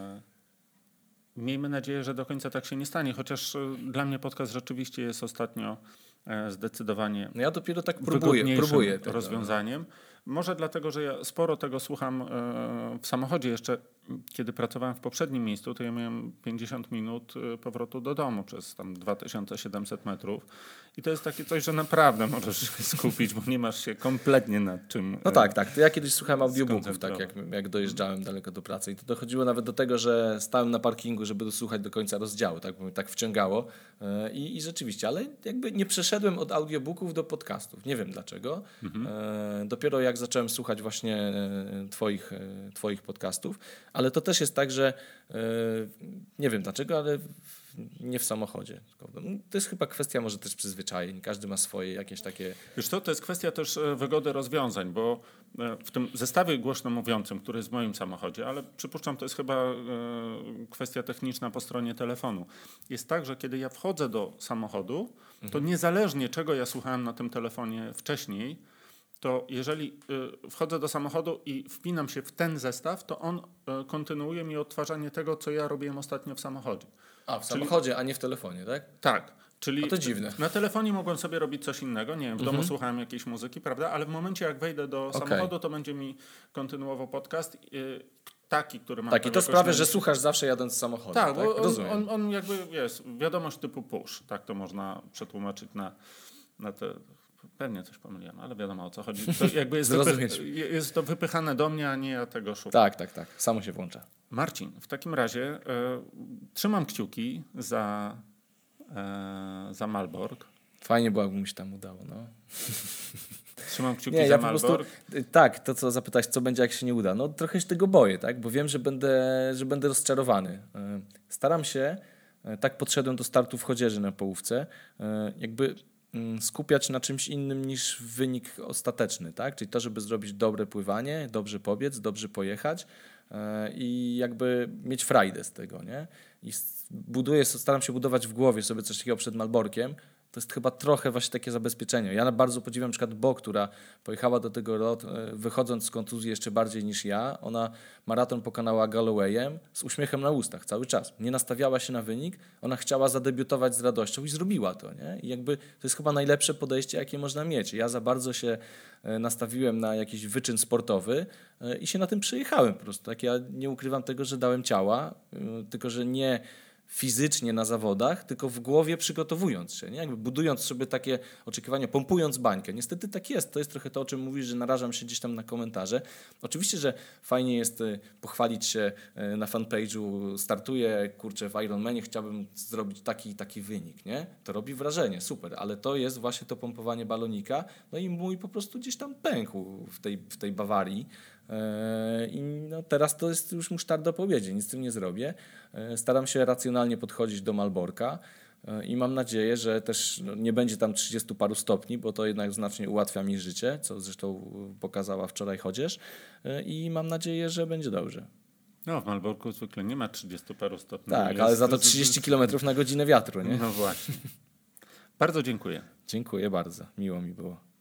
Miejmy nadzieję, że do końca tak się nie stanie, chociaż dla mnie podcast rzeczywiście jest ostatnio zdecydowanie
no ja dopiero tak próbuję tego
rozwiązaniem. Może dlatego, że ja sporo tego słucham w samochodzie. Jeszcze kiedy pracowałem w poprzednim miejscu, to ja miałem 50 minut powrotu do domu przez tam 2700 metrów. I to jest takie coś, że naprawdę możesz się skupić, bo nie masz się kompletnie nad czym.
No tak. To ja kiedyś słuchałem audiobooków, tak jak dojeżdżałem daleko do pracy. I to dochodziło nawet do tego, że stałem na parkingu, żeby dosłuchać do końca rozdziału, tak, bo mnie tak wciągało. I rzeczywiście, ale jakby nie przeszedłem od audiobooków do podcastów. Nie wiem dlaczego. Dopiero jak zacząłem słuchać właśnie twoich podcastów, ale to też jest tak, że nie wiem dlaczego, ale nie w samochodzie. To jest chyba kwestia może też przyzwyczajeń. Każdy ma swoje jakieś takie...
Wiesz co, to jest kwestia też wygody rozwiązań, bo w tym zestawie głośno mówiącym, który jest w moim samochodzie, ale przypuszczam, to jest chyba kwestia techniczna po stronie telefonu. Jest tak, że kiedy ja wchodzę do samochodu, to niezależnie czego ja słuchałem na tym telefonie wcześniej, to jeżeli wchodzę do samochodu i wpinam się w ten zestaw, to on kontynuuje mi odtwarzanie tego, co ja robiłem ostatnio w samochodzie.
Samochodzie, a nie w telefonie, tak?
Tak. Czyli
to dziwne.
Na telefonie mogłem sobie robić coś innego, nie wiem, w domu słuchałem jakiejś muzyki, prawda? Ale w momencie jak wejdę do samochodu, to będzie mi kontynuował podcast taki, który mam.
Tak, i to sprawia, że słuchasz zawsze jadąc samochodem.
Tak, bo on jakby jest wiadomość typu push, tak to można przetłumaczyć na te... Pewnie coś pomyliłem, ale wiadomo o co chodzi. To jakby jest to wypychane do mnie, a nie ja tego szukam.
Tak. Samo się włącza.
Marcin, w takim razie trzymam kciuki za Malbork.
Fajnie było, jakby mi się tam udało. No.
Trzymam kciuki za Malbork.
Tak, to co zapytać, co będzie, jak się nie uda. No trochę się tego boję, tak? Bo wiem, że będę rozczarowany. Staram się, tak podszedłem do startu w Chodzieży na połówce, jakby skupiać na czymś innym niż wynik ostateczny, tak? Czyli to, żeby zrobić dobre pływanie, dobrze pobiec, dobrze pojechać i jakby mieć frajdę z tego, nie? I staram się budować w głowie sobie coś takiego przed Malborkiem. To jest chyba trochę właśnie takie zabezpieczenie. Ja bardzo podziwiam na przykład Bo, która pojechała do tego lot, wychodząc z kontuzji jeszcze bardziej niż ja. Ona maraton pokonała Gallowayem z uśmiechem na ustach cały czas. Nie nastawiała się na wynik, ona chciała zadebiutować z radością i zrobiła to, nie? I jakby to jest chyba najlepsze podejście, jakie można mieć. Ja za bardzo się nastawiłem na jakiś wyczyn sportowy i się na tym przejechałem po prostu. Tak? Ja nie ukrywam tego, że dałem ciała, tylko że nie fizycznie na zawodach, tylko w głowie przygotowując się, nie? Jakby budując sobie takie oczekiwania, pompując bańkę. Niestety tak jest. To jest trochę to, o czym mówisz, że narażam się gdzieś tam na komentarze. Oczywiście, że fajnie jest pochwalić się na fanpage'u, startuję, kurczę, w Ironmanie, chciałbym zrobić taki wynik, nie? To robi wrażenie, super, ale to jest właśnie to pompowanie balonika, no i mój po prostu gdzieś tam pękł w tej Bawarii. I no teraz to jest już musztar do powiedzie, nic z tym nie zrobię. Staram się racjonalnie podchodzić do Malborka i mam nadzieję, że też nie będzie tam 30 paru stopni, bo to jednak znacznie ułatwia mi życie, co zresztą pokazała wczoraj Chodzież, i mam nadzieję, że będzie dobrze.
No, w Malborku zwykle nie ma 30 paru stopni.
Tak, ale za to 30 km na godzinę wiatru, nie?
No właśnie. Bardzo dziękuję.
Dziękuję bardzo. Miło mi było.